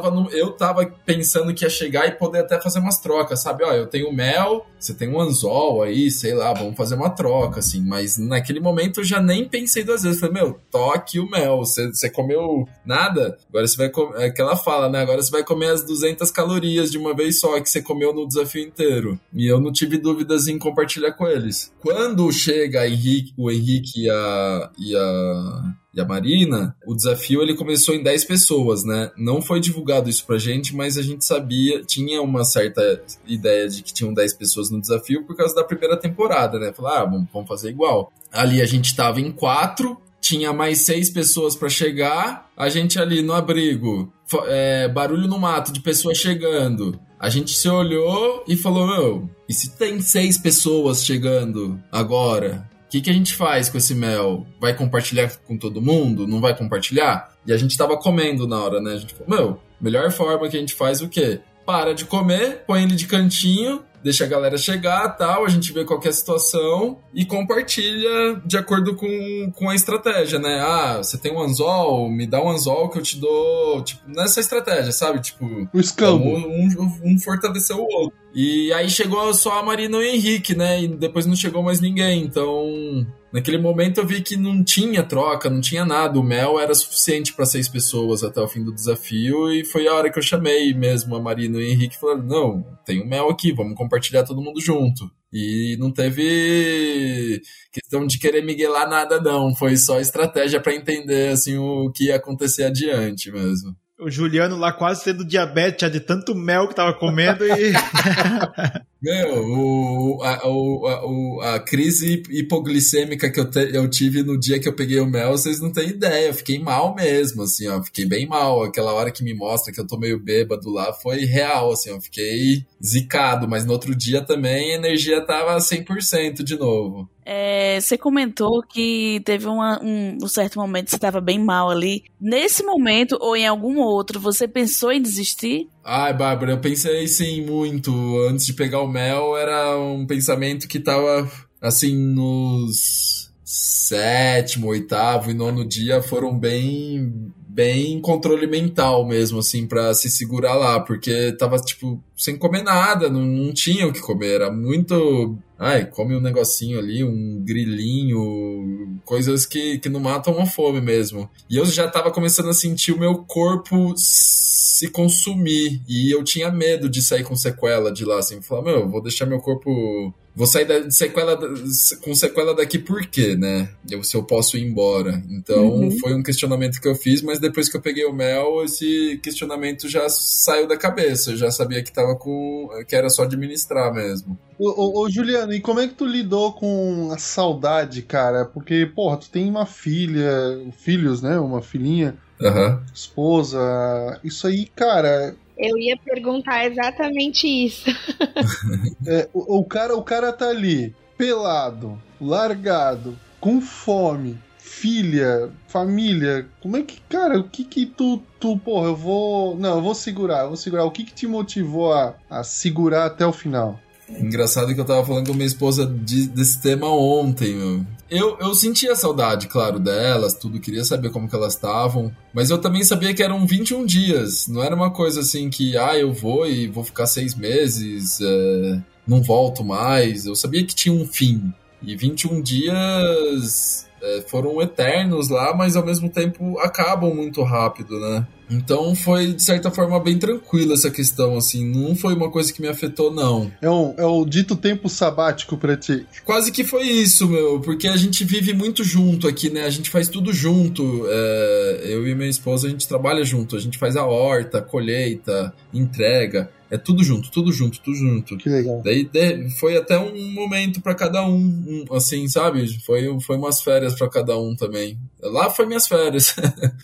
tava pensando que ia chegar e poder até fazer umas trocas, sabe? Ó, eu tenho mel, você tem um anzol aí, sei lá, vamos fazer uma troca, assim. Mas naquele momento eu já nem pensei duas vezes. Falei, meu, toque o mel. Você comeu nada? Agora você vai comer... É que ela fala, né? Agora você vai comer as 200 calorias de uma vez só que você comeu no desafio inteiro. E eu não tive dúvidas em compartilhar com eles. Quando chega o Henrique e a Marina, o desafio ele começou em 10 pessoas, né? Não foi divulgado isso pra gente, mas a gente sabia, tinha uma certa ideia de que tinham 10 pessoas no desafio por causa da primeira temporada, né? Falar, vamos fazer igual. Ali a gente tava em 4, tinha mais 6 pessoas pra chegar, a gente ali no abrigo, barulho no mato de pessoas chegando. A gente se olhou e falou, meu, e se tem 6 pessoas chegando agora? O que a gente faz com esse mel? Vai compartilhar com todo mundo? Não vai compartilhar? E a gente tava comendo na hora, né? A gente falou, meu, melhor forma que a gente faz o quê? Para de comer, põe ele de cantinho, deixa a galera chegar, tal, a gente vê qual que é a situação e compartilha de acordo com a estratégia, né? Ah, você tem um anzol, me dá um anzol que eu te dou, tipo, nessa estratégia, sabe? Tipo, o escambo. Um fortaleceu o outro. E aí chegou só a Marina e o Henrique, né? E depois não chegou mais ninguém, então... Naquele momento eu vi que não tinha troca, não tinha nada. O mel era suficiente para 6 pessoas até o fim do desafio. E foi a hora que eu chamei mesmo a Marina e o Henrique e falei, não, tem um mel aqui, vamos compartilhar todo mundo junto. E não teve questão de querer miguelar nada, não. Foi só estratégia para entender assim, o que ia acontecer adiante mesmo. O Juliano lá quase tendo diabetes, já de tanto mel que tava comendo e... Meu, a crise hipoglicêmica que eu tive no dia que eu peguei o mel, vocês não têm ideia, eu fiquei mal mesmo, assim, ó, fiquei bem mal, aquela hora que me mostra que eu tô meio bêbado lá, foi real, assim, eu fiquei zicado, mas no outro dia também a energia tava 100% de novo. Você comentou que teve um certo momento que você estava bem mal ali. Nesse momento, ou em algum outro, você pensou em desistir? Ai, Bárbara, eu pensei sim muito. Antes de pegar o mel, era um pensamento que tava, assim, nos 7º, 8º e 9º dia foram bem controle mental mesmo, assim, pra se segurar lá, porque tava, tipo, sem comer nada, não tinha o que comer, era muito... Ai, come um negocinho ali, um grilinho, coisas que não matam a fome mesmo. E eu já tava começando a sentir o meu corpo se consumir, e eu tinha medo de sair com sequela de lá, assim, falar, meu, vou deixar meu corpo... Vou sair com sequela daqui por quê, né? Se eu posso ir embora. Então, foi um questionamento que eu fiz, mas depois que eu peguei o mel, esse questionamento já saiu da cabeça. Eu já sabia que era só administrar mesmo. Ô, Juliano, e como é que tu lidou com a saudade, cara? Porque, porra, tu tem uma filhos, né? Uma filhinha, esposa. Isso aí, cara... Eu ia perguntar exatamente isso. O cara tá ali, pelado, largado, com fome, filha, família. Como é que, cara, o que tu porra, eu vou segurar. O que te motivou a segurar até o final? Engraçado que eu tava falando com minha esposa desse tema ontem, meu. Eu sentia saudade, claro, delas, tudo, queria saber como que elas estavam, mas eu também sabia que eram 21 dias, não era uma coisa assim que, eu vou ficar 6 meses, não volto mais, eu sabia que tinha um fim, e 21 dias foram eternos lá, mas ao mesmo tempo acabam muito rápido, né? Então foi, de certa forma, bem tranquila essa questão, assim, não foi uma coisa que me afetou, não. É o dito tempo sabático pra ti. Quase que foi isso, meu, porque a gente vive muito junto aqui, né, a gente faz tudo junto, eu e minha esposa, a gente trabalha junto, a gente faz a horta, a colheita, entrega, é tudo junto. Que legal. Daí foi até um momento pra cada um, assim, sabe, foi umas férias pra cada um também. Lá foi minhas férias.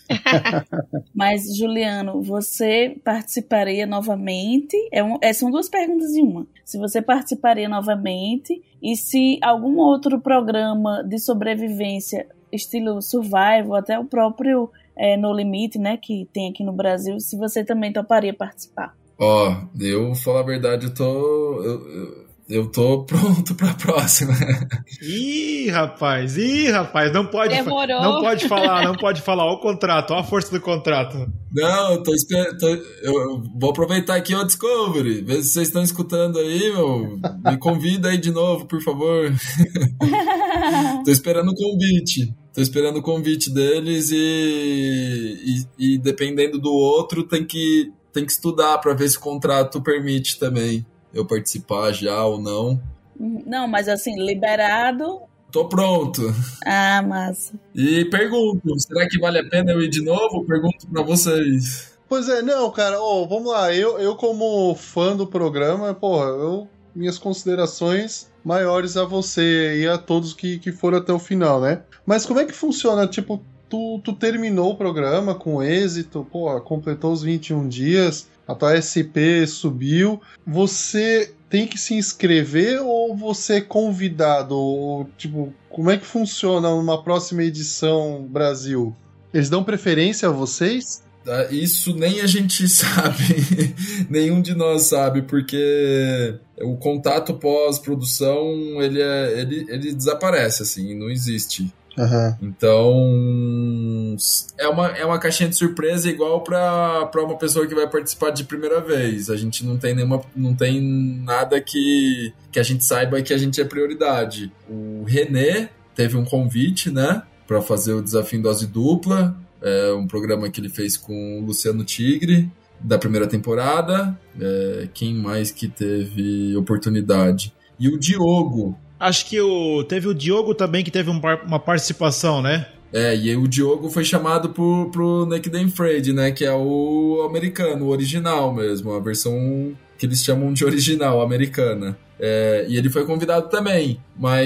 Mas, Juliano, você participaria novamente? São 2 perguntas em uma. Se você participaria novamente e se algum outro programa de sobrevivência, estilo Survival, até o próprio No Limite, né, que tem aqui no Brasil, se você também toparia participar. Eu falar a verdade, Eu tô pronto pra próxima. Ih, rapaz, não pode, Demorou. não pode falar, ó o contrato, ó a força do contrato. Não, eu vou aproveitar aqui o Discovery, ver se vocês estão escutando aí, meu. Me convida aí de novo, por favor. Tô esperando o convite deles e dependendo do outro tem que estudar pra ver se o contrato permite também eu participar já ou não. Não, mas assim, liberado... Tô pronto. Ah, massa. E pergunto, será que vale a pena eu ir de novo? Pergunto pra vocês. Pois é, não, cara, vamos lá, eu como fã do programa, minhas considerações maiores a você e a todos que foram até o final, né? Mas como é que funciona, tipo, tu terminou o programa com êxito, completou os 21 dias, a tua SP subiu, você tem que se inscrever ou você é convidado? Ou, tipo, como é que funciona numa próxima edição Brasil? Eles dão preferência a vocês? Isso nem a gente sabe, nenhum de nós sabe, porque o contato pós-produção, ele desaparece, assim, não existe. Uhum. Então, é uma caixinha de surpresa igual para uma pessoa que vai participar de primeira vez. A gente não tem nada que a gente saiba que a gente é prioridade. O René teve um convite, né, para fazer o Desafio em Dose Dupla, um programa que ele fez com o Luciano Tigre, da primeira temporada. Quem mais que teve oportunidade? E o Diogo. Acho que teve o Diogo também, que teve uma participação, né? E aí o Diogo foi chamado pro Naked and Afraid, né? Que é o americano, o original mesmo, a versão que eles chamam de original, americana. E ele foi convidado também,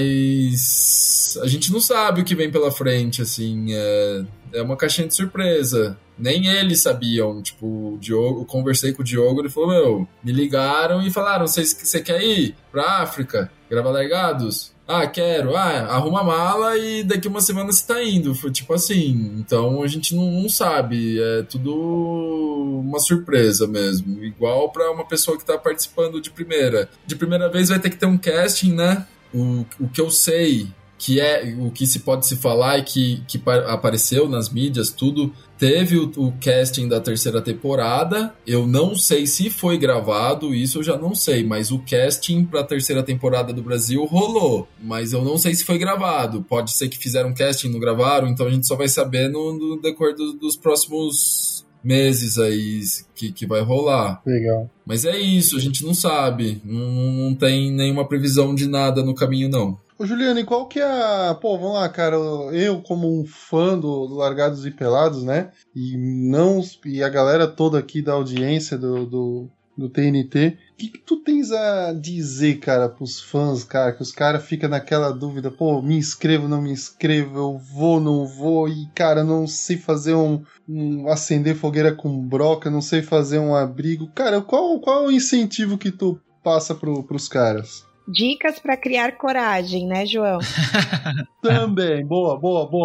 mas a gente não sabe o que vem pela frente, assim, é uma caixinha de surpresa. Nem eles sabiam, tipo, eu conversei com o Diogo, ele falou, me ligaram e falaram, você quer ir pra África, gravar Largados? Ah, quero, arruma a mala e daqui uma semana você tá indo. Foi tipo assim, então a gente não sabe, é tudo uma surpresa mesmo, igual pra uma pessoa que tá participando de primeira. De primeira vez vai ter que ter um casting, né? O que eu sei que é o que se pode se falar e que apareceu nas mídias, tudo. Teve o casting da terceira temporada. Eu não sei se foi gravado, isso eu já não sei, mas o casting pra terceira temporada do Brasil rolou. Mas eu não sei se foi gravado. Pode ser que fizeram casting e não gravaram, então a gente só vai saber no decorrer dos próximos meses aí que vai rolar. Legal. Mas é isso, a gente não sabe. Não tem nenhuma previsão de nada no caminho, não. Ô, Juliano, e qual que é a... vamos lá, cara, eu como um fã do Largados e Pelados, né, e a galera toda aqui da audiência do TNT, o que tu tens a dizer, cara, pros fãs, cara, que os caras ficam naquela dúvida, me inscrevo, não me inscrevo, eu vou, não vou, e, cara, não sei fazer acender fogueira com broca, não sei fazer um abrigo, cara, qual é o incentivo que tu passa pros caras? Dicas para criar coragem, né, João? Também, boa.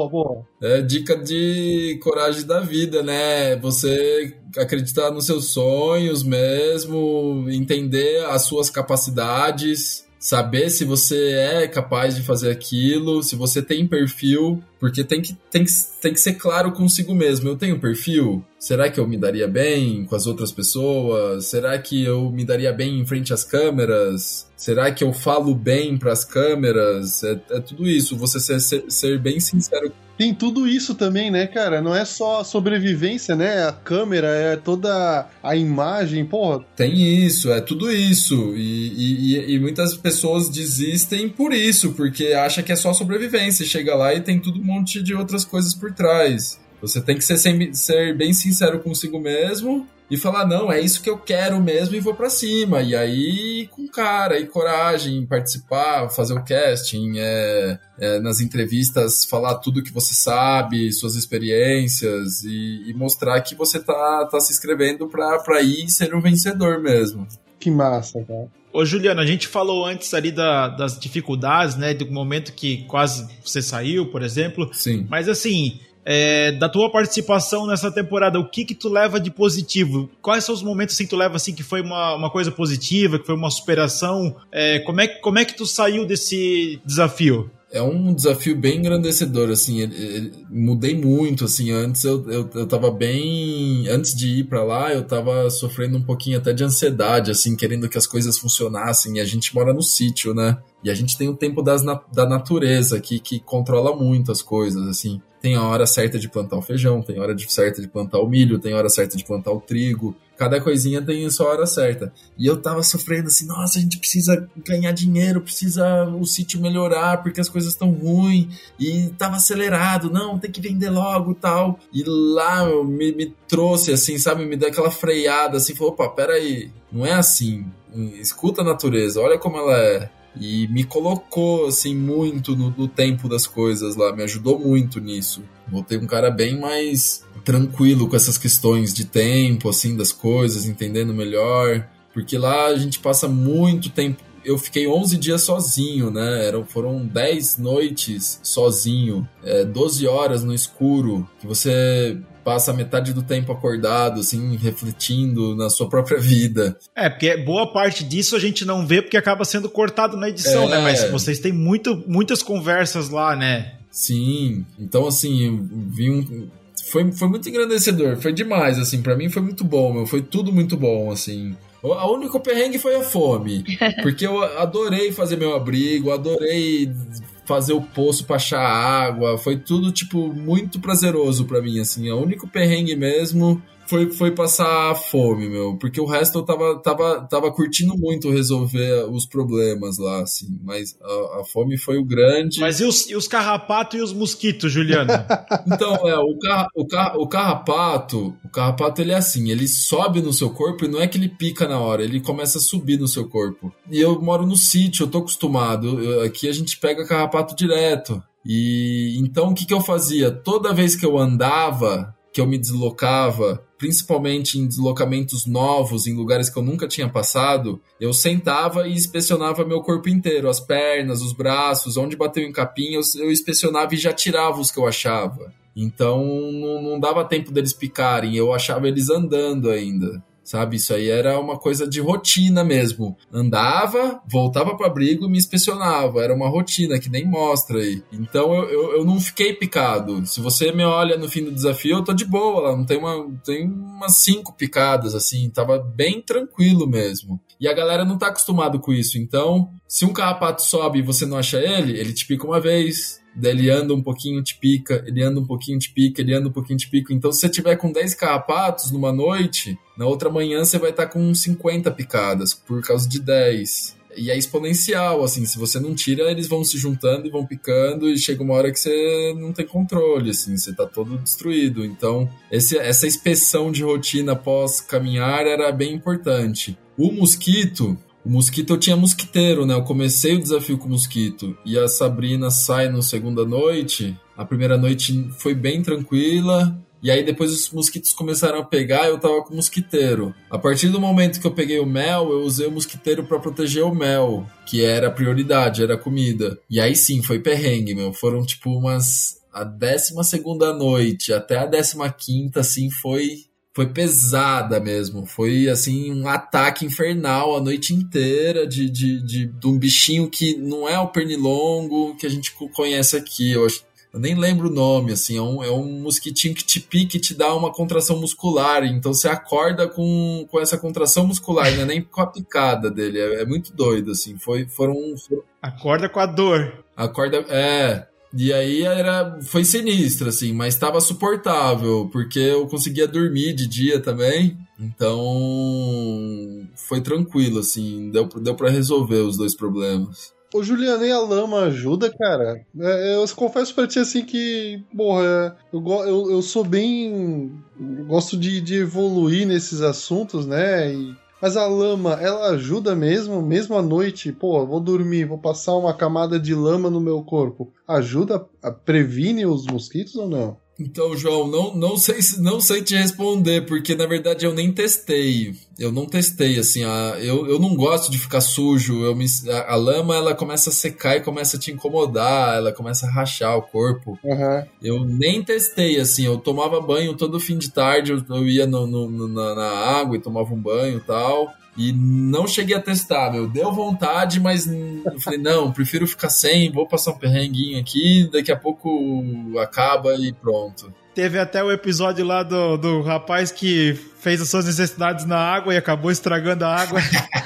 Dica de coragem da vida, né? Você acreditar nos seus sonhos mesmo, entender as suas capacidades, saber se você é capaz de fazer aquilo, se você tem perfil, porque tem que ser claro consigo mesmo. Eu tenho perfil? Será que eu me daria bem com as outras pessoas? Será que eu me daria bem em frente às câmeras? Será que eu falo bem para as câmeras? É tudo isso, você ser bem sincero. Tem tudo isso também, né, cara? Não é só a sobrevivência, né? A câmera, é toda a imagem, porra. Tem isso, é tudo isso. E muitas pessoas desistem por isso, porque acham que é só sobrevivência. Chega lá e tem tudo um monte de outras coisas por trás. Você tem que ser bem sincero consigo mesmo e falar, não, é isso que eu quero mesmo e vou pra cima. E aí, com cara e coragem, participar, fazer o casting, nas entrevistas, falar tudo que você sabe, suas experiências e mostrar que você tá se inscrevendo pra ir e ser um vencedor mesmo. Que massa, cara. Ô, Juliano, a gente falou antes ali das dificuldades, né, do momento que quase você saiu, por exemplo. Sim. Mas assim... da tua participação nessa temporada, o que tu leva de positivo? Quais são os momentos assim, que tu leva assim, que foi uma coisa positiva, que foi uma superação? Como é que tu saiu desse desafio? É um desafio bem engrandecedor, assim, mudei muito, assim, antes eu tava bem, antes de ir pra lá, eu tava sofrendo um pouquinho até de ansiedade, assim, querendo que as coisas funcionassem, e a gente mora no sítio, né, e a gente tem o tempo da natureza que controla muito as coisas, assim, tem a hora certa de plantar o feijão, tem a hora certa de plantar o milho, tem a hora certa de plantar o trigo, cada coisinha tem a sua hora certa. E eu tava sofrendo assim, nossa, a gente precisa ganhar dinheiro, precisa o sítio melhorar, porque as coisas estão ruins, e tava acelerado, não, tem que vender logo e tal. E lá me trouxe assim, sabe, me deu aquela freada assim, falou, opa, peraí, não é assim, escuta a natureza, olha como ela é. E me colocou, assim, muito no tempo das coisas lá, me ajudou muito nisso. Voltei um cara bem mais tranquilo com essas questões de tempo, assim, das coisas, entendendo melhor. Porque lá a gente passa muito tempo. Eu fiquei 11 dias sozinho, né? Foram 10 noites sozinho, 12 horas no escuro, que você passa metade do tempo acordado, assim, refletindo na sua própria vida. Porque boa parte disso a gente não vê porque acaba sendo cortado na edição, né? Mas vocês têm muitas conversas lá, né? Sim, então assim, foi muito engrandecedor, foi demais, assim, pra mim foi muito bom, foi tudo muito bom, assim. O único perrengue foi a fome, porque eu adorei fazer meu abrigo, adorei fazer o poço pra achar água, foi tudo, tipo, muito prazeroso pra mim, assim, o único perrengue mesmo foi passar fome, meu, porque o resto eu tava curtindo muito resolver os problemas lá, assim, mas a fome foi o grande. Mas e os carrapatos e os mosquitos, Juliano? Então, o carrapato, ele é assim, ele sobe no seu corpo e não é que ele pica na hora, ele começa a subir no seu corpo. E eu moro no sítio, eu tô acostumado, aqui a gente pega carrapato direto. E então o que eu fazia? Toda vez que eu andava, que eu me deslocava, principalmente em deslocamentos novos, em lugares que eu nunca tinha passado, eu sentava e inspecionava meu corpo inteiro, as pernas, os braços, onde bateu em capim, eu inspecionava e já tirava os que eu achava. Então não dava tempo deles picarem, eu achava eles andando ainda. Sabe, isso aí era uma coisa de rotina mesmo. Andava, voltava para abrigo e me inspecionava. Era uma rotina que nem mostra aí. Então eu não fiquei picado. Se você me olha no fim do desafio, eu tô de boa lá. Tem umas 5 picadas, assim. Tava bem tranquilo mesmo. E a galera não tá acostumado com isso. Então, se um carrapato sobe e você não acha ele te pica uma vez. Daí ele anda um pouquinho, te pica, ele anda um pouquinho, te pica, ele anda um pouquinho, te pica. Então, se você tiver com 10 carrapatos numa noite, na outra manhã você vai estar com 50 picadas, por causa de 10. E é exponencial, assim, se você não tira, eles vão se juntando e vão picando, e chega uma hora que você não tem controle, assim, você tá todo destruído. Então, essa inspeção de rotina pós-caminhar era bem importante. O mosquito eu tinha mosquiteiro, né? Eu comecei o desafio com mosquito. E a Sabrina sai na segunda noite. A primeira noite foi bem tranquila. E aí depois os mosquitos começaram a pegar, eu tava com mosquiteiro. A partir do momento que eu peguei o mel, eu usei o mosquiteiro pra proteger o mel, que era a prioridade, era a comida. E aí sim, foi perrengue, meu. Foram tipo a 12ª noite até a 15ª, assim, foi pesada mesmo, foi assim um ataque infernal a noite inteira de um bichinho que não é o pernilongo que a gente conhece aqui, eu nem lembro o nome, assim, é um mosquitinho que te pica e te dá uma contração muscular, então você acorda com essa contração muscular, não é nem com a picada dele, é muito doido, assim, Acorda com a dor. E aí foi sinistro, assim, mas estava suportável, porque eu conseguia dormir de dia também, então foi tranquilo, assim, deu pra resolver os 2 problemas. Ô Juliano, e a lama ajuda, cara? Eu confesso pra ti, assim, que, porra, eu sou bem... gosto de evoluir nesses assuntos, né, Mas a lama, ela ajuda mesmo à noite? Pô, vou dormir, vou passar uma camada de lama no meu corpo. Ajuda, previne os mosquitos ou não? Então, João, não sei te responder, porque na verdade eu nem testei. Eu não testei, assim, eu não gosto de ficar sujo. A lama, ela começa a secar e começa a te incomodar, ela começa a rachar o corpo. Uhum. Eu nem testei, assim, eu tomava banho todo fim de tarde, eu ia na água e tomava um banho e tal. E não cheguei a testar, deu vontade, mas eu falei, não, prefiro ficar sem, vou passar um perrenguinho aqui, daqui a pouco acaba e pronto. Teve até o episódio lá do rapaz que fez as suas necessidades na água e acabou estragando a água.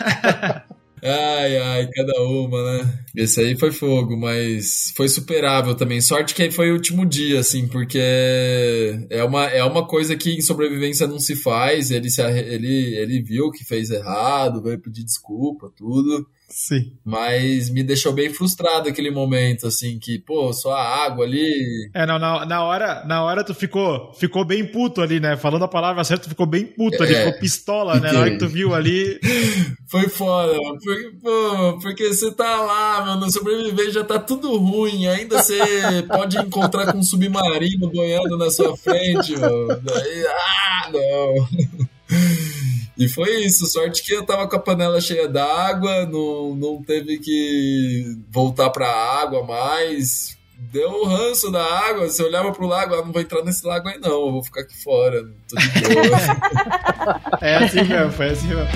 Ai, cada uma, né? Esse aí foi fogo, mas foi superável também. Sorte que aí foi o último dia, assim, porque é uma coisa que em sobrevivência não se faz. Ele viu que fez errado, veio pedir desculpa, tudo. Sim. Mas me deixou bem frustrado aquele momento, assim, que, pô, só a água ali... Na hora tu ficou bem puto ali, né? Falando a palavra certa, tu ficou bem puto ali, ficou pistola, né? Na hora que tu viu ali... Foi foda, porque você tá lá, mano, sobreviver já tá tudo ruim, ainda você pode encontrar com um submarino boiando na sua frente, mano. Daí, não... E foi isso, sorte que eu tava com a panela cheia d'água, não teve que voltar pra água mais, deu um ranço da água, você olhava pro lago, não vou entrar nesse lago aí não, eu vou ficar aqui fora, tô de boa. É assim mesmo, foi assim mesmo.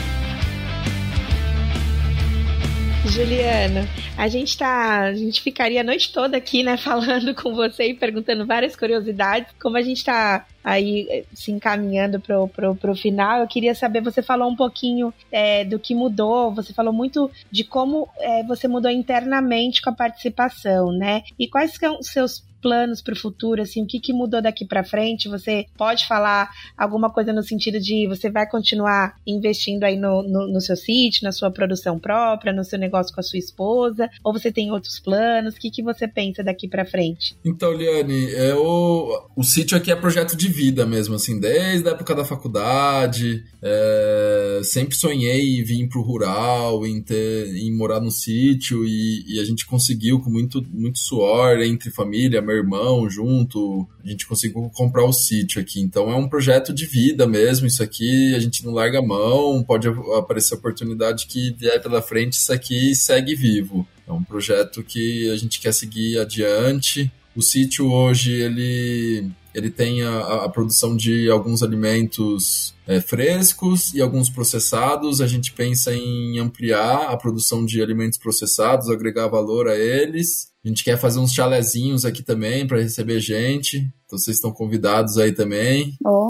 Juliana, a gente ficaria a noite toda aqui, né, falando com você e perguntando várias curiosidades. Como a gente tá aí se encaminhando pro final, eu queria saber, você falou um pouquinho do que mudou, você falou muito de como você mudou internamente com a participação, né? E quais são os seus planos para o futuro, assim, o que mudou daqui para frente? Você pode falar alguma coisa no sentido de você vai continuar investindo aí no seu sítio, na sua produção própria, no seu negócio com a sua esposa, ou você tem outros planos? O que você pensa daqui para frente? Então, Liane, o sítio aqui é projeto de vida mesmo, assim, desde a época da faculdade, sempre sonhei em vir pro rural, em morar no sítio, e a gente conseguiu com muito, muito suor entre família, meu irmão junto, a gente conseguiu comprar o sítio aqui. Então é um projeto de vida mesmo, isso aqui a gente não larga a mão, pode aparecer oportunidade que vier pela frente, isso aqui segue vivo. É um projeto que a gente quer seguir adiante. O sítio hoje, ele tem a produção de alguns alimentos frescos e alguns processados. A gente pensa em ampliar a produção de alimentos processados, agregar valor a eles. A gente quer fazer uns chalezinhos aqui também para receber gente. Então vocês estão convidados aí também.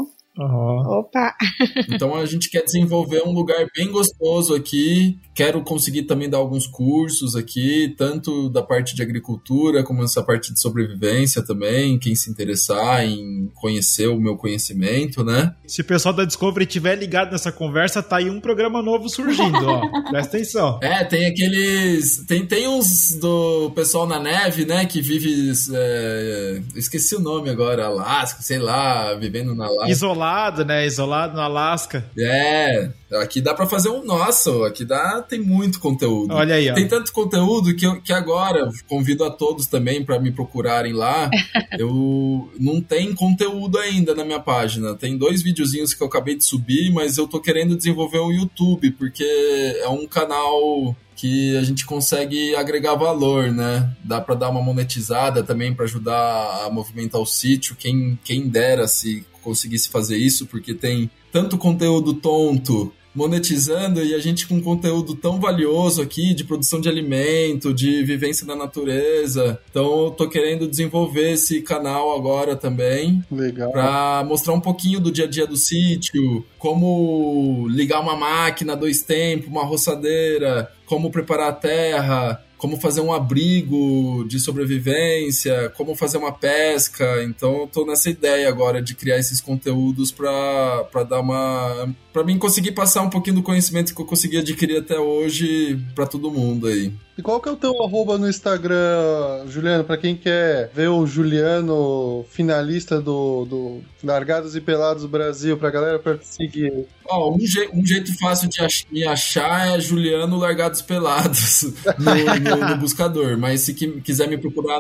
Opa! Então a gente quer desenvolver um lugar bem gostoso aqui. Quero conseguir também dar alguns cursos aqui, tanto da parte de agricultura como essa parte de sobrevivência também. Quem se interessar em conhecer o meu conhecimento, né? Se o pessoal da Discovery estiver ligado nessa conversa, tá aí um programa novo surgindo, ó. Presta atenção. Tem aqueles... Tem uns do pessoal na neve, né? Que vive... esqueci o nome agora. Alasca, sei lá, vivendo na Alasca. Isolado, né? Isolado no Alasca. Aqui dá pra fazer aqui tem muito conteúdo. Olha aí, ó. Tem tanto conteúdo que agora convido a todos também pra me procurarem lá. Eu não tem conteúdo ainda na minha página. Tem 2 videozinhos que eu acabei de subir, mas eu tô querendo desenvolver um YouTube, porque é um canal que a gente consegue agregar valor, né? Dá pra dar uma monetizada também pra ajudar a movimentar o sítio. Quem dera se conseguisse fazer isso, porque tem tanto conteúdo tonto monetizando e a gente com conteúdo tão valioso aqui de produção de alimento, de vivência na natureza. Então eu tô querendo desenvolver esse canal agora também. Legal. Pra mostrar um pouquinho do dia a dia do sítio, como ligar uma máquina 2 tempos, uma roçadeira, como preparar a terra, como fazer um abrigo de sobrevivência, como fazer uma pesca. Então eu tô nessa ideia agora de criar esses conteúdos para mim conseguir passar um pouquinho do conhecimento que eu consegui adquirir até hoje para todo mundo aí. E qual que é o teu arroba no Instagram, Juliano, pra quem quer ver o Juliano finalista do Largados e Pelados Brasil, pra galera pra seguir? Um jeito fácil de me achar é Juliano Largados Pelados no buscador, mas se quiser me procurar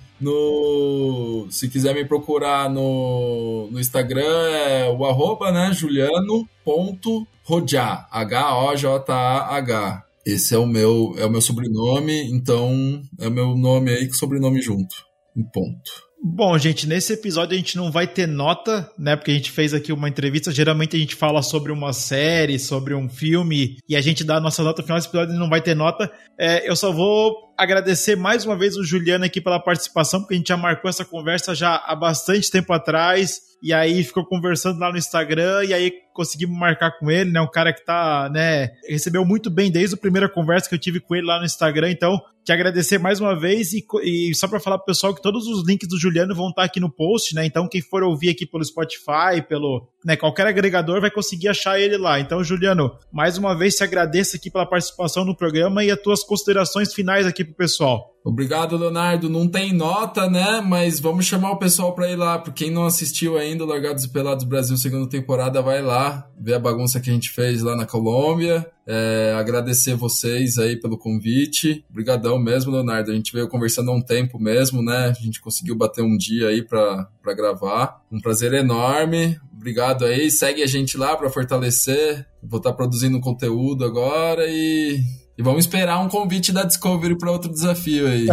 se quiser me procurar no Instagram é o arroba, né, juliano.rojah, H-O-J-A-H. Esse é o meu sobrenome, então é o meu nome aí com sobrenome junto. Um ponto. Bom, gente, nesse episódio a gente não vai ter nota, né? Porque a gente fez aqui uma entrevista. Geralmente a gente fala sobre uma série, sobre um filme, e a gente dá a nossa nota final. Esse episódio não vai ter nota. Eu só vou agradecer mais uma vez o Juliano aqui pela participação, porque a gente já marcou essa conversa já há bastante tempo atrás. E aí ficou conversando lá no Instagram, e aí conseguimos marcar com ele, né? Um cara que tá, né, recebeu muito bem desde a primeira conversa que eu tive com ele lá no Instagram. Então, te agradecer mais uma vez e só para falar pro pessoal que todos os links do Juliano vão estar aqui no post, né? Então, quem for ouvir aqui pelo Spotify, pelo, né, qualquer agregador vai conseguir achar ele lá. Então, Juliano, mais uma vez te agradeço aqui pela participação no programa e as tuas considerações finais aqui pro pessoal. Obrigado, Leonardo. Não tem nota, né? Mas vamos chamar o pessoal pra ir lá. Por quem não assistiu ainda o Largados e Pelados Brasil segunda temporada, vai lá ver a bagunça que a gente fez lá na Colômbia. Agradecer vocês aí pelo convite. Obrigadão mesmo, Leonardo. A gente veio conversando há um tempo mesmo, né? A gente conseguiu bater um dia aí pra gravar. Um prazer enorme. Obrigado aí. Segue a gente lá pra fortalecer. Vou estar produzindo conteúdo agora e vamos esperar um convite da Discovery para outro desafio aí.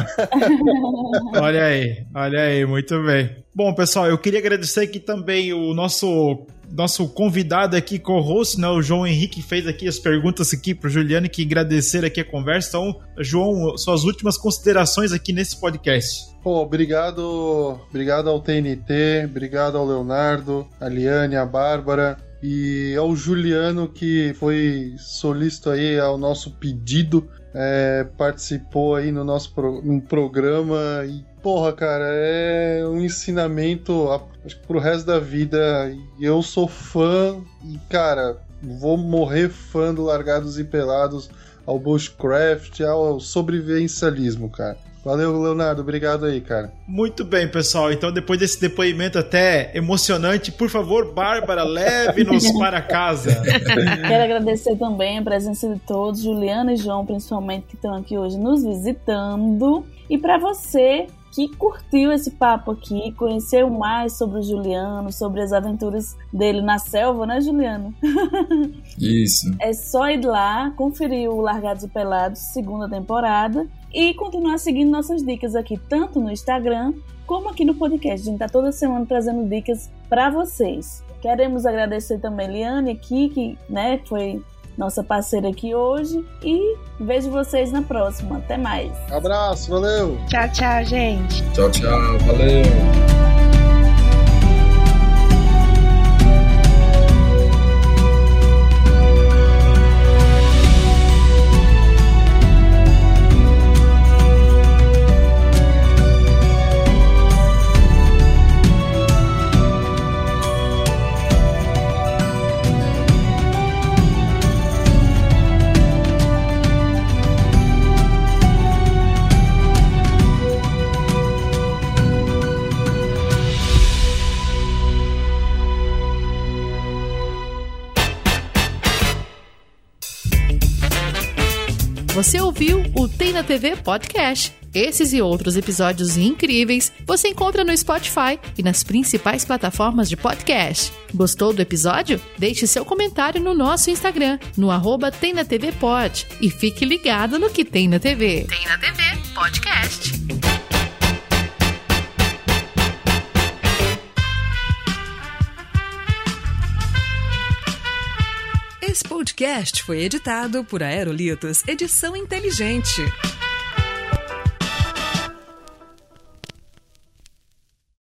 Olha aí, muito bem. Bom, pessoal, eu queria agradecer aqui também o nosso convidado aqui, co-host, né, o João Henrique, fez aqui as perguntas aqui pro Juliano, que agradecer aqui a conversa. Então, João, suas últimas considerações aqui nesse podcast. Pô, obrigado ao TNT, obrigado ao Leonardo, a Liane, a Bárbara, e ao Juliano, que foi solícito aí ao nosso pedido, participou aí no nosso programa e, porra, cara, é um ensinamento, acho que pro resto da vida. E eu sou fã e, cara, vou morrer fã do Largados e Pelados, ao bushcraft, ao sobrevivencialismo, cara. Valeu, Leonardo. Obrigado aí, cara. Muito bem, pessoal. Então, depois desse depoimento até emocionante, por favor, Bárbara, leve-nos para casa. Quero agradecer também a presença de todos, Juliana e João, principalmente, que estão aqui hoje nos visitando. E para você que curtiu esse papo aqui, conheceu mais sobre o Juliano, sobre as aventuras dele na selva, né, Juliano? Isso. É só ir lá, conferir o Largados e Pelados, segunda temporada, e continuar seguindo nossas dicas aqui, tanto no Instagram, como aqui no podcast. A gente tá toda semana trazendo dicas para vocês. Queremos agradecer também a Liane aqui, que, né, foi nossa parceira aqui hoje, e vejo vocês na próxima. Até mais. Abraço, valeu. Tchau, tchau, gente. Tchau, tchau, valeu. Você ouviu o Tem na TV Podcast. Esses e outros episódios incríveis você encontra no Spotify e nas principais plataformas de podcast. Gostou do episódio? Deixe seu comentário no nosso Instagram, no @TemNaTVPod, e fique ligado no que tem na TV. Tem na TV Podcast. Esse podcast foi editado por Aerolitos Edição Inteligente.